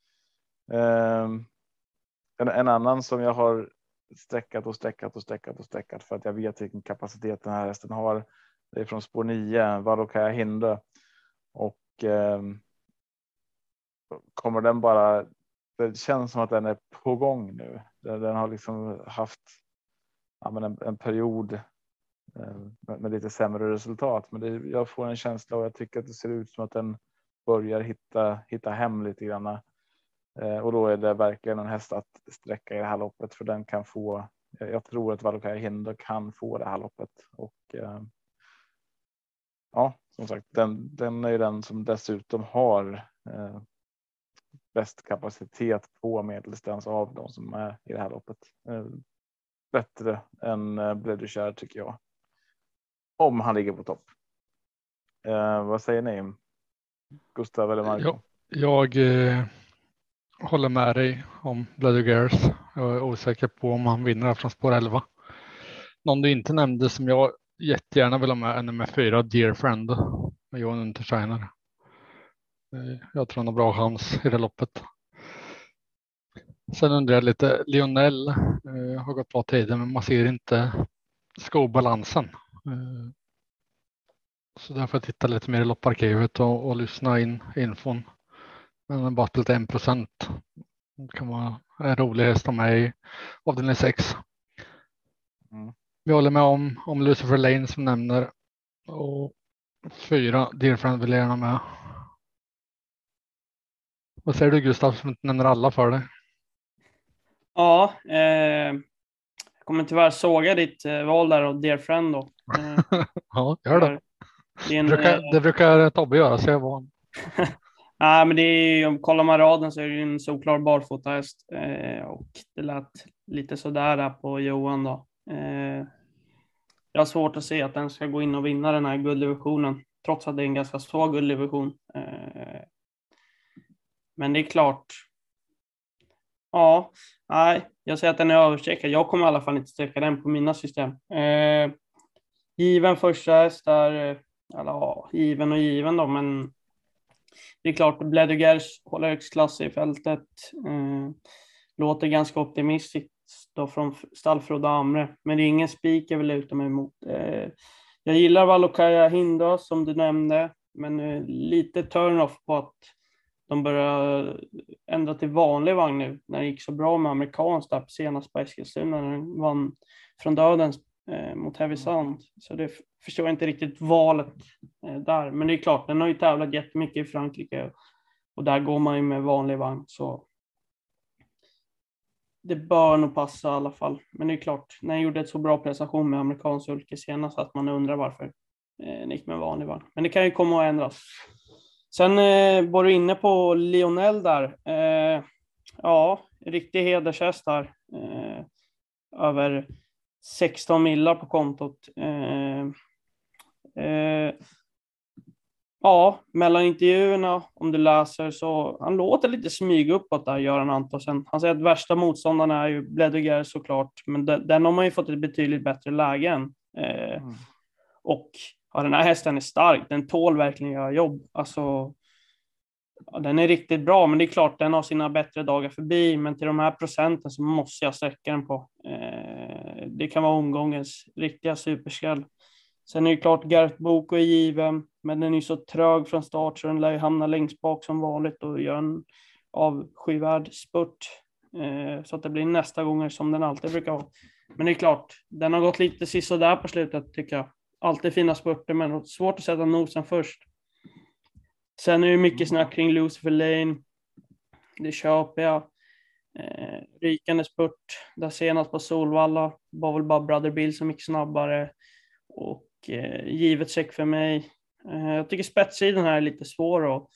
En annan som jag har sträckat för att jag vet vilken kapacitet den här hästen har, det är från spår 9 Valokaya Hinde och kommer den bara, det känns som att den är på gång nu. Den har liksom haft en period med lite sämre resultat, men jag får en känsla och jag tycker att det ser ut som att den börjar hitta hem lite grann. Och då är det verkligen en häst att sträcka i det här loppet för den kan få, jag tror att Valokaya Hinde kan få det här loppet och ja, som sagt den är den som dessutom har bäst kapacitet på medeldistans av de som är i det här loppet. Bättre än Blev kär tycker jag. Om han ligger på topp. Vad säger ni? Gustav eller Marco? Jag håller med dig om Bloody Gears. Jag är osäker på om han vinner från spår 11. Någon du inte nämnde som jag jättegärna vill ha med är nummer 4 Dear Friend med Johan Untersteiner. Jag tror han har bra chans i det loppet. Sen undrar jag lite, Lionel har gått bra tider men man ser inte skobalansen. Så därför jag titta lite mer i lopparkivet och lyssna in infon. Men bara till 1%. Det kan vara en rolig häst av mig i avdelning 6. Vi håller med om Lucifer Lane som nämner. Och 4 Dear Friend vill jag gärna med. Vad säger du Gustav som inte nämner alla för dig? Ja, jag kommer tyvärr såga ditt val där av Dear Friend då. Ja, gör det. Det brukar Tobbe göra så jag var. Nej, men det är, om kollar man raden så är det en solklar barfotahäst. Och det lät lite sådär där på Johan då. Jag har svårt att se att den ska gå in och vinna den här gulddivisionen. Trots att det är en ganska svag gulddivision. Men det är klart. Ja, nej, jag säger att den är överstreckad. Jag kommer i alla fall inte sträcka den på mina system. Given första häst där, eller ja, given då, men det är klart, Bledugers håller högst klass i fältet. Låter ganska optimistiskt då från Stallfrode Amre, men det är ingen spik jag vill luta mig emot. Jag gillar Valokaya Hindra som du nämnde, men lite turn-off på att de börjar ändra till vanlig vagn nu när det gick så bra med amerikanskt där senast på Eskilstuna när den vann från döden mot Heavy Sound. Så det förstår jag inte riktigt valet där. Men det är klart, den har ju tävlat jättemycket i Frankrike och där går man ju med vanlig vagn. Så det bör nog passa i alla fall. Men det är klart, när jag gjorde ett så bra prestation med amerikansk sulke senast att man undrar varför den gick med vanlig vagn. Men det kan ju komma att ändras. Sen var du inne på Lionel där. Ja, riktig hedershäst där. Över 16 millar på kontot. Ja, mellan intervjuerna, om du läser, så han låter lite smyg uppåt där, Göran Antonsen. Han säger att värsta motståndaren är ju Bleduger såklart, men den har man ju fått ett betydligt bättre läge än. Och ja, den här hästen är stark, den tål verkligen göra jobb. Alltså, ja, den är riktigt bra, men det är klart den har sina bättre dagar förbi, men till de här procenten så måste jag sträcka den på. Det kan vara omgångens riktiga superskräll. Sen är det klart Gareth Boko är given, men den är så trög från start så den lär ju hamna längst bak som vanligt och göra en avskyvärd spurt. Så att det blir nästa gånger som den alltid brukar vara. Men det är klart, den har gått lite sist och där på slutet tycker jag. Alltid fina spurter, men svårt att sätta nosen först. Sen är det mycket snack kring Lucifer Lane. Det köper jag. Rykande spurt. Där senast på Solvalla var väl bara Brother Bill som gick snabbare. Och givet check för mig. Jag tycker spetssidan här är lite svår att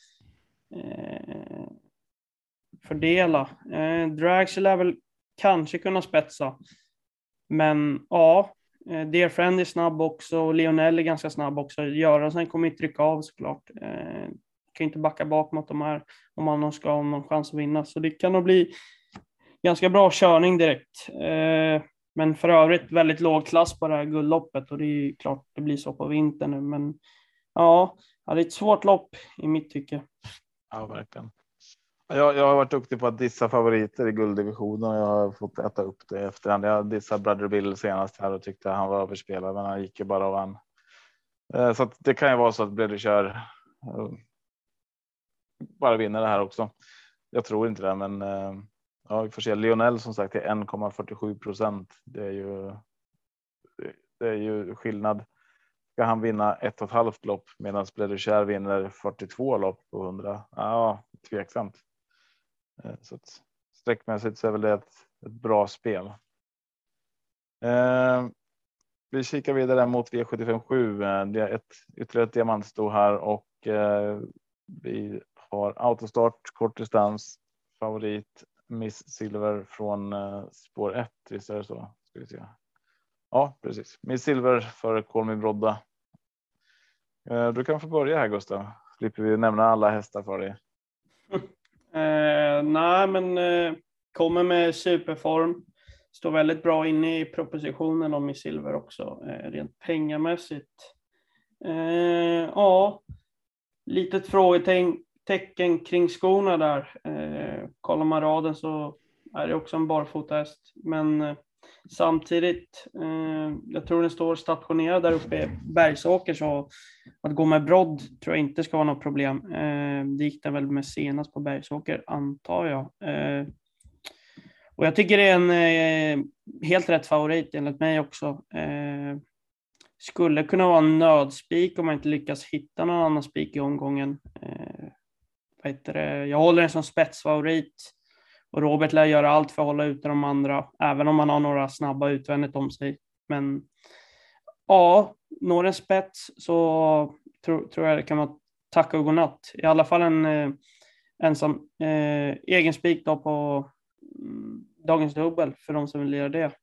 fördela. Dragsel är väl kanske kunna spetsa. Men ja, Dear Friend är snabb också. Lionel är ganska snabb också. Göransson kommer ju trycka av såklart. Kan inte backa bak mot de här om man ska ha någon chans att vinna. Så det kan nog bli ganska bra körning direkt. Men för övrigt väldigt låg klass på det här guldloppet. Och det är klart det blir så på vintern nu. Men ja, det är ett svårt lopp i mitt tycke. Ja, verkligen. Jag har varit duktig på att dissa favoriter i gulddivisionen och jag har fått äta upp det efterhand. Jag dissade Brother Bill senast här och tyckte han var överspelad, men han gick ju bara av han. Så att det kan ju vara så att Brother kör bara vinner det här också. Jag tror inte det, men ja, vi får se. Lionel som sagt är 1,47%. Det är ju skillnad. Ska han vinna 1,5 lopp medan Brother vinner 42 lopp på 100? Ja, tveksamt. Så att sträckmässigt så är väl det ett bra spel. Vi kikar vidare mot V75-7. Det är ytterligare ett diamantsto här och vi har autostart, kort distans, favorit Miss Silver från spår 1. Visst är det så? Ska vi se. Ja, precis. Miss Silver för Call Me Brodda. Du kan få börja här, Gustav. Slipper vi nämna alla hästar för dig. Nej, men kommer med superform. Står väldigt bra inne i propositionen om Miss Silver också. Rent pengamässigt. Ja, litet frågetecken kring skorna där. Kollar man raden så är det också en barfotahäst. Men samtidigt, jag tror den står stationerad där uppe i Bergsåker, så att gå med brodd tror jag inte ska vara något problem. Det gick den väl med senast på Bergsåker, antar jag. Och jag tycker det är en helt rätt favorit enligt mig också. Skulle kunna vara en nödspik om man inte lyckas hitta någon annan spik i omgången. Jag håller den som spetsfavorit. Och Robert lär göra allt för att hålla ute de andra. Även om man har några snabba utvändigt om sig. Men ja, når en spets så tror jag det kan vara tack och godnatt. I alla fall en ensam egen spik då på dagens dubbel för de som vill göra det.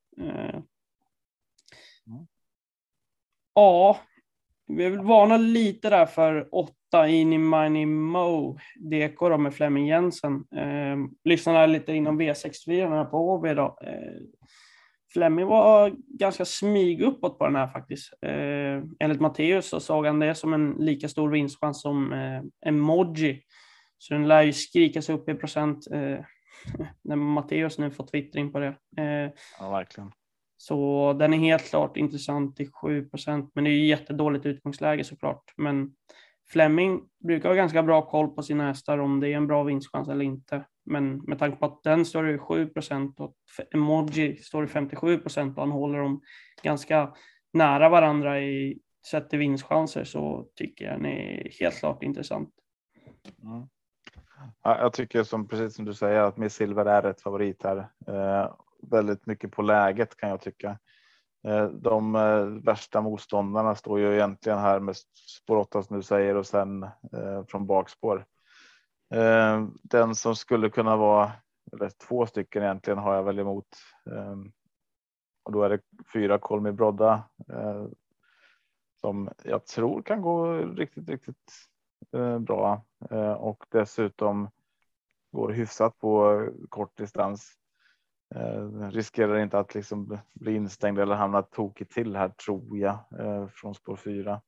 Ja, vi vill varna lite där för 8 Eeny Miny Mo DK då med Flemming Jensen. Lyssnade lite inom V64 här på HB då. Flemming var ganska smyg uppåt på den här faktiskt. Enligt Matteus så såg han det som en lika stor vinstchans som Emoji. Så den lär ju skrika sig upp i procent när Matteus nu får twittring på det. Ja, verkligen. Så den är helt klart intressant till 7%, men det är ju jättedåligt utgångsläge såklart. Men Flemming brukar ha ganska bra koll på sina hästar om det är en bra vinstchans eller inte. Men med tanke på att den står i 7% och Emoji står i 57% och han håller dem ganska nära varandra i sett till vinstchanser, så tycker jag den är helt klart intressant. Mm. Ja, jag tycker precis som du säger att Miss Silver är ett favorit här. Väldigt mycket på läget kan jag tycka. De värsta motståndarna står ju egentligen här med spår 8 som du säger och sen från bakspår. Den som skulle kunna vara, eller 2 stycken egentligen har jag väl emot. Och då är det 4 Kolmi Brodda som jag tror kan gå riktigt bra. Och dessutom går hyfsat på kort distans. Riskerar inte att liksom bli instängd eller hamna tokigt till här, tror jag, från spår 4.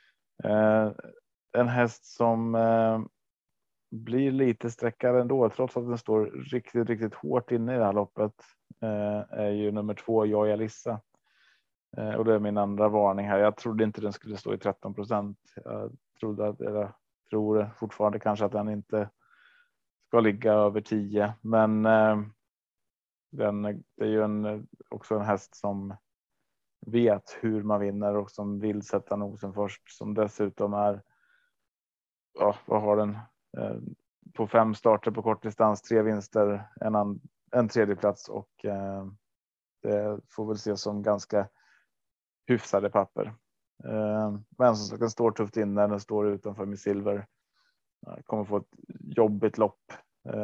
En häst som blir lite sträckare ändå, trots att den står riktigt hårt inne i det här loppet, är ju nummer 2 Joya Lissa. Och det är min andra varning här. Jag trodde inte den skulle stå i 13%. Jag tror fortfarande kanske att den inte ska ligga över 10, men det är ju också en häst som vet hur man vinner och som vill sätta nosen först, som dessutom är, vad har den, på 5 starter på kort distans, 3 vinster, en tredje plats, och det får väl ses som ganska hyfsade papper. Men som sagt, den står tufft inne, den står utanför Miss Silver, kommer få ett jobbigt lopp.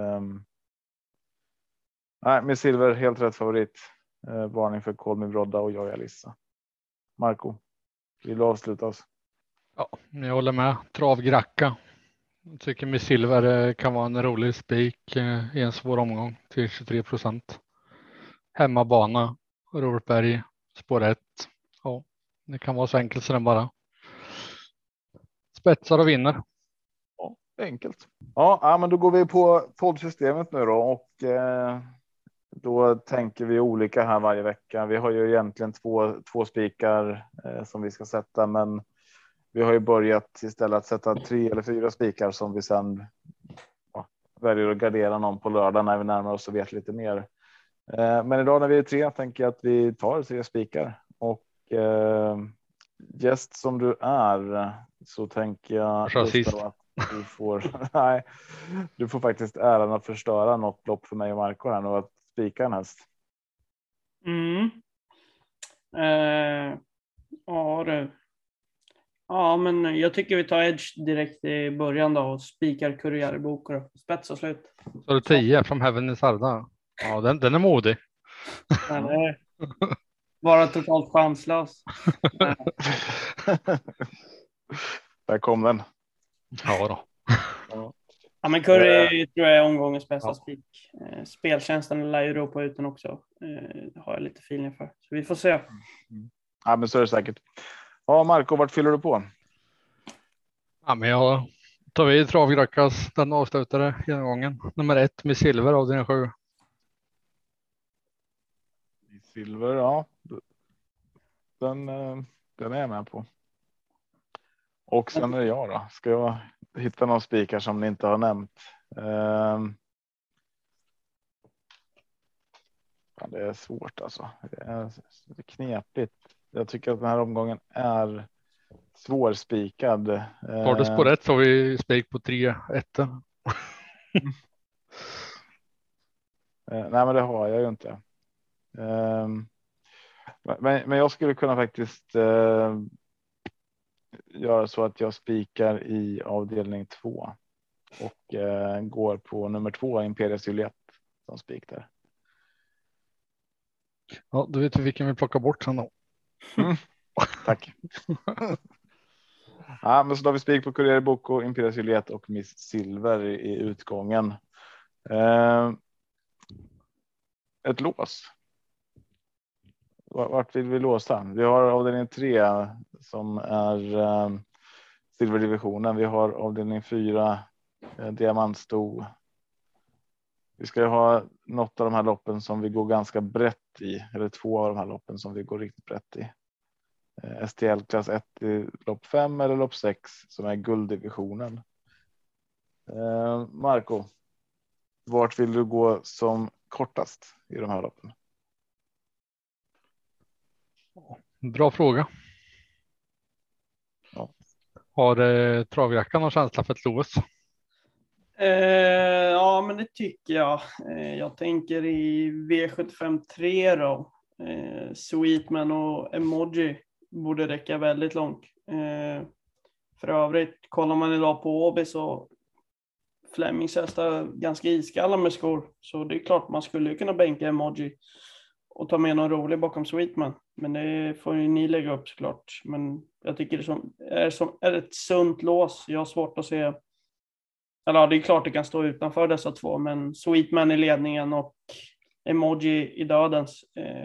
Nej, Miss Silver helt rätt favorit. Varning för Kolmi Brodda och Joya Lissa. Marco, vill du avsluta oss? Ja, jag håller med. Travgracka. Jag tycker Miss Silver kan vara en rolig spik i en svår omgång till 23%. Hemmabana, Rorberg, spår 1. Ja, det kan vara så enkelt som den bara. Spetsar och vinner. Ja, enkelt. Ja, men då går vi på poddsystemet nu då, och då tänker vi olika här varje vecka. Vi har ju egentligen två spikar som vi ska sätta, men vi har ju börjat istället att sätta 3 eller 4 spikar som vi sen väljer att gardera någon på lördag när vi närmar oss och vet lite mer. Men idag när vi är 3 tänker jag att vi tar 3 spikar, och gäst som du är, så tänker jag att du får du får faktiskt äran att förstöra något lopp för mig och Marco här nu, att spika en häst. Ja, men jag tycker vi tar Edge direkt i början då och spikar Kurriärbok och spets och slut. Så det 10 från Heaven i Sarda. Ja, den är modig. Nej, bara totalt chanslös. Där kom den. Ja då. Ja, men Curry tror jag är omgångens bästa spik. Speltjänsten lär ju då på ut den också. Har jag lite feeling för. Så vi får se. Ja, men så är det säkert. Ja, Marco, vart fyller du på? Ja, men jag tar vid Travgrackas, den avslutade genomgången. Nummer 1 med Silver av den 7. Silver, ja. Den är jag med på. Och sen är det jag då. Ska jag hitta någon spikar som ni inte har nämnt? Det är svårt alltså. Det är knepigt. Jag tycker att den här omgången är svårspikad. Tar du spår 1 så har vi spik på 3-1. Nej, men det har jag ju inte. Men jag skulle kunna faktiskt göra så att jag spikar i avdelning 2. och går på nummer 2 Imperius Juliet som spik där. Ja, då vet vi vilken vi plockar bort sen då. Tack. Ja, men så då har vi spik på Corriere Bocco, Imperius Juliet och Miss Silver i utgången. Ett lås. Vart vill vi låsa? Vi har avdelning 3 som är silverdivisionen. Vi har avdelning 4 diamantsto. Vi ska ju ha något av de här loppen som vi går ganska brett i, eller 2 av de här loppen som vi går riktigt brett i. STL klass 1 i lopp 5 eller lopp 6 som är gulddivisionen. Marco, vart vill du gå som kortast i de här loppen? Bra fråga. Ja. Har travjackan någon känsla för ett lås? Ja, men det tycker jag. Jag tänker i V75 3 då. Sweetman och Emoji borde räcka väldigt långt. För övrigt, kollar man idag på Åby så Flemings hästar ganska iskalla med skor. Så det är klart man skulle kunna bänka Emoji och ta med någon rolig bakom Sweetman. Men det får ju ni lägga upp såklart. Men jag tycker det är ett sunt lås. Jag har svårt att se. Eller det är klart det kan stå utanför dessa 2. Men Sweetman i ledningen och Emoji i dödens.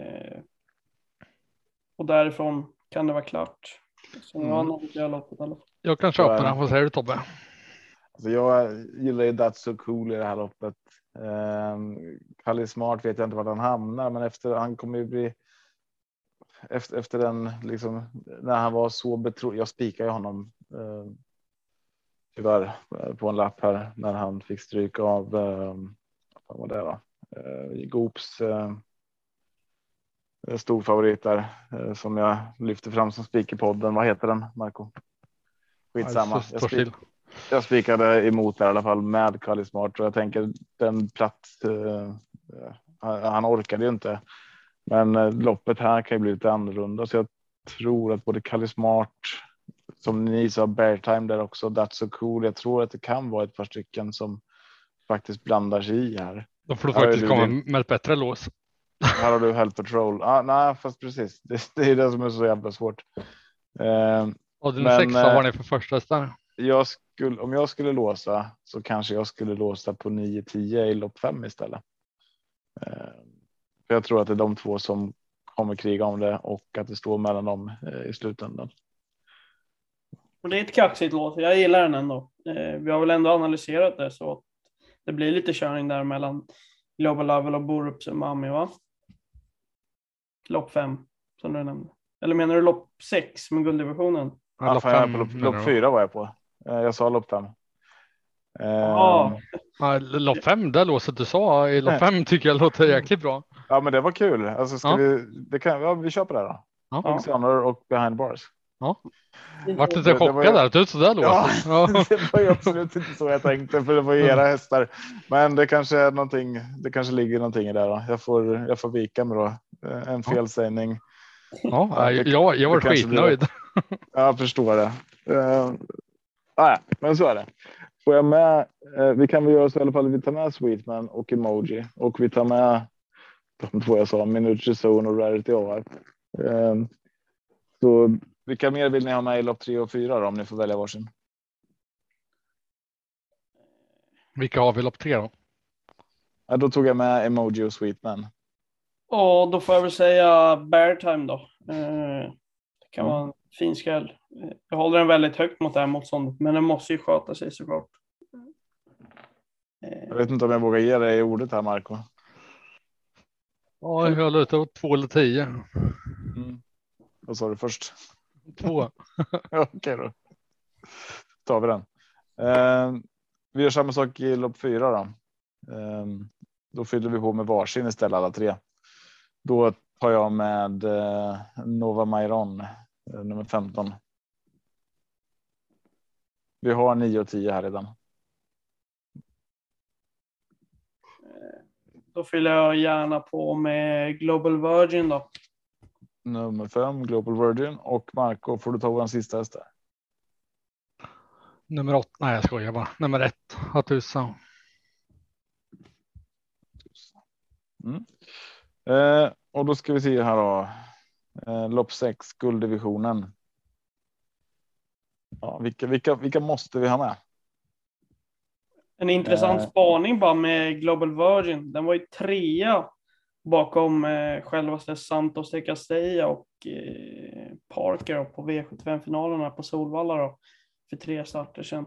Och därifrån kan det vara klart. Så Jag kan köpa den. Vad säger du, Tobbe? Alltså jag gillar ju That's So Cool i det här loppet. Kalle Smart vet jag inte var han hamnar, men han kommer ju bli efter den liksom, när han var så betrodd. Jag spikar ju honom tyvärr på en lapp här när han fick stryk av vad det var Goops stor favorit där som jag lyfter fram som spik i podden. Vad heter den, Marco? Skitsamma. Jag spikade emot där i alla fall med Kalle Smart och jag tänker den plats han orkade ju inte. Men loppet här kan ju bli lite annorlunda så jag tror att både Kalle Smart som ni sa Bear Time där också That's So Cool. Jag tror att det kan vara ett par stycken som faktiskt blandar sig i här. Då får du faktiskt komma med ett bättre lås. Här har du Help Patrol. Nej, fast precis. Det är det som är så jävla svårt. Och den 6 var ni för första där. Om jag skulle låsa så kanske jag skulle låsa på 9-10 i lopp 5 istället. För jag tror att det är de 2 som kommer kriga om det och att det står mellan dem i slutändan. Och det är ett kaxigt lås. Jag gillar den ändå. Vi har väl ändå analyserat det så att det blir lite körning där mellan Global Level och Borups och Mami, va? Lopp 5 som du nämnde. Eller menar du lopp 6 med gulddivisionen? Ja, lopp 4 var jag på. Jag sa lopp 5. Lopp 5, det låset du sa i lopp 5 tycker jag låter jäkligt bra. Ja, men det var kul. Alltså vi kör på det då. Honor och Behind Bars. Ja. Vart lite chockad där, du så där låter. Ja, det var ju absolut inte så jag tänkte för det var era hästar. Men det kanske är någonting, det kanske ligger någonting i det då. Jag får vika mig då. En felsägning. Ja, jag var skitnöjd. Jag förstår det. Men så är det. Får jag med, vi kan väl göra så i alla fall, vi tar med Sweetman och Emoji och vi tar med de 2 jag sa, Minucci Zone och Rarity AR. Så vilka mer vill ni ha med i lopp 3 och 4 då, om ni får välja varsin? Vilka har vi lopp 3 då? Ja, då tog jag med Emoji och Sweetman. Ja, då får jag väl säga Bear Time då. Det kan vara en fin skräll. Jag håller den väldigt högt mot det här motståndet, men den måste ju sköta sig såklart. Jag vet inte om jag vågar ge dig ordet här, Marco. Ja, jag lutar åt 2 eller 10. Vad sa du först? 2. Okej då. Tar vi den. Vi gör samma sak i lopp 4 då. Då fyller vi på med varsin istället alla 3. Då tar jag med Nova Mairon, nummer 15. Vi har 9 och 10 här redan. Då fyller jag gärna på med Global Virgin då. Nummer 5, Global Virgin. Och Marco, får du ta vår sista häst där? Nummer 8. Nej, jag skojar bara. Nummer 1. Hatusa. Och då ska vi se här då. Lopp 6, gulddivisionen. Ja, vilka måste vi ha med? En intressant spaning bara med Global Virgin. Den var ju 3 bakom självaste Santos de Castella och Parker på V75-finalerna på Solvalla då, för 3 starter sedan.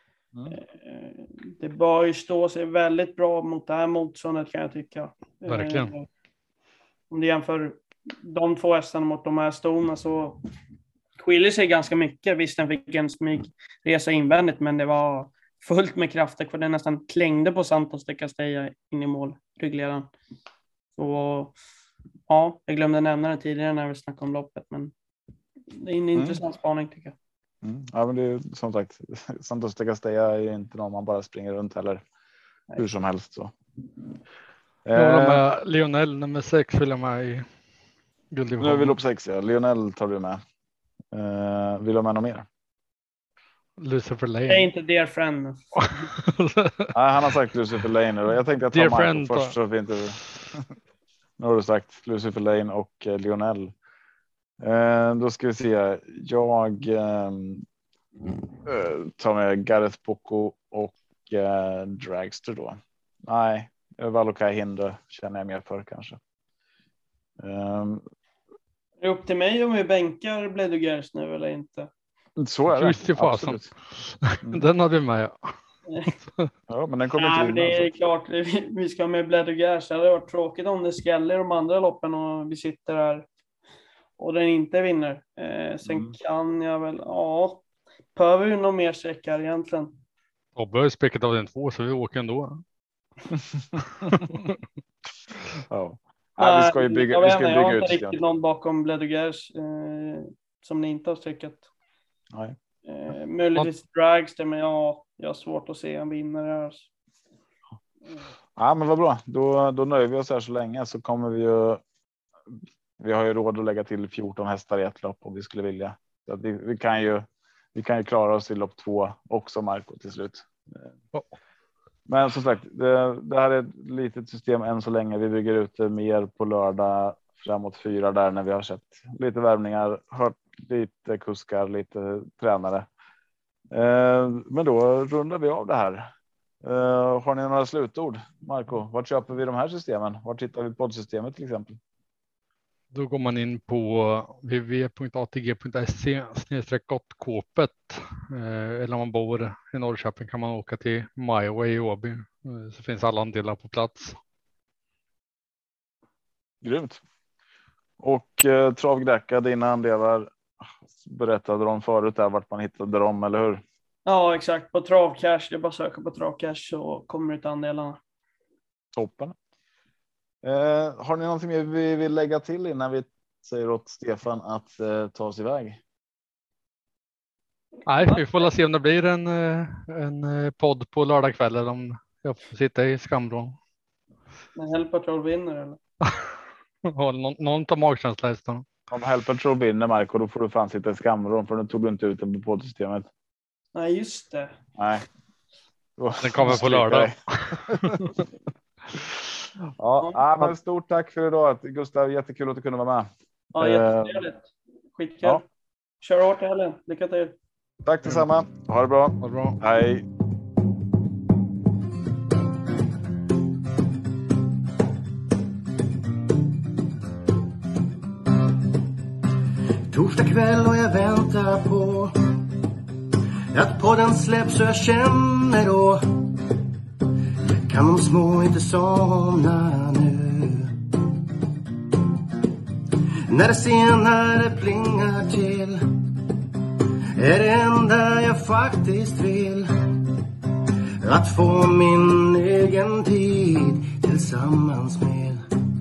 Det bör ju stå sig väldigt bra mot det här motståndet, kan jag tycka. Verkligen. Om du jämför de 2 hästarna mot de här stona så skiljer sig ganska mycket. Visst, den fick en smygresa invändigt, men det var fullt med krafter för den nästan klängde på Santos de Castella in i mål, ryggledaren. Så ja, jag glömde nämna det tidigare när vi snackade om loppet, men det är en intressant spaning tycker jag. Ja, men det är som sagt, Santos de Castella är inte någon man bara springer runt heller. Hur som helst så. Lionel nummer 6 vill jag med i gulddivisionen. Nu är vi lopp 6, ja. Lionel tar du med. Vill du ha med något mer? Lucifer Lane. Det är inte Dear Friend. Nej, han har sagt Lucifer Lane. Jag tänkte att ta Marco först så vi inte... Nu har du sagt Lucifer Lane och Lionel. Då ska vi se. Jag tar med Gareth Poco och Dragster då. Nej, Valokai Hinder känner jag mer för kanske. Är det upp till mig om vi bänkar Bledugers nu eller inte? Så är det. Just i fasen. Den har du med. Ja, men den kommer inte in. Det är klart vi ska med Bledugers. Det hade varit tråkigt om det skäller de andra loppen och vi sitter här och den inte vinner. Sen kan jag väl, behöver vi någon mer sträckare egentligen? Tobbe har ju späckat av den 2 så vi åker ändå. Ja. Nej, vi ska ju bygga, jag har ut. Inte riktigt någon bakom Bledugers som ni inte har sträckat. Nej. Möjligtvis Dragster, men jag har svårt att se en vinnare här. Ja, men vad bra. Då nöjer vi oss här så länge, så kommer vi har ju råd att lägga till 14 hästar i ett lopp om vi skulle vilja. Så att vi kan ju klara oss i lopp 2 också, Marco, till slut. Men som sagt, det här är ett litet system än så länge. Vi bygger ut det mer på lördag framåt 4 där när vi har sett lite värvningar, hört lite kuskar, lite tränare. Men då rundar vi av det här. Har ni några slutord, Marco? Vart köper vi de här systemen? Vart hittar vi poddsystemet till exempel? Då går man in på www.atg.se/gottkåpet. Eller om man bor i Norrköping kan man åka till MyWay i Åby. Så finns alla andelar på plats. Grymt. Och Travgräcka, dina andelar berättade de förut där vart man hittade dem, eller hur? Ja, exakt. På Travcash. Det är bara att söka på Travcash så kommer det ut andelarna. Toppen. Har ni någonting vi vill lägga till innan vi säger åt Stefan att ta oss iväg? Nej, vi får se om det blir en podd på lördagkväll eller om jag får sitta i skamvrån. Men Hell Patrol vinner eller? Någon tar magkänsla. Om Hell Patrol vinner, Marco, då får du fan sitta i skamvrån, för nu tog du inte ut den på poddsystemet. Nej, just det. Nej. Den kommer på lördag. Ja, men stort tack för idag, Gustav. Jättekul att du kunde vara med. Ja, jättetrevligt. Skitkul. Ja. Kör hårt i helgen. Lycka till. Tack detsamma. Ha det bra. Ha det bra. Hej. Torsdag kväll och jag väntar på att podden släpps, så jag känner då kan de små inte somna nu. När det senare plingar till är det enda jag faktiskt vill att få min egen tid tillsammans med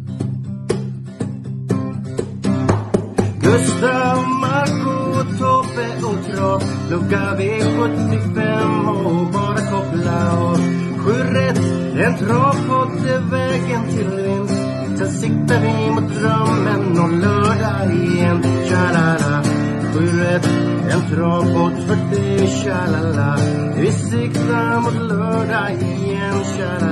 Gustav, Marco, Tobbe och Trav. Lucka V75 och bara koppla av. 7 rätt, en travpodd är vägen till vinst. Sen siktar vi mot drömmen och lördag igen. Tja-la-la, 7 rätt, En travpodd för dig, tjalala. Vi siktar mot lördag igen, tjalala.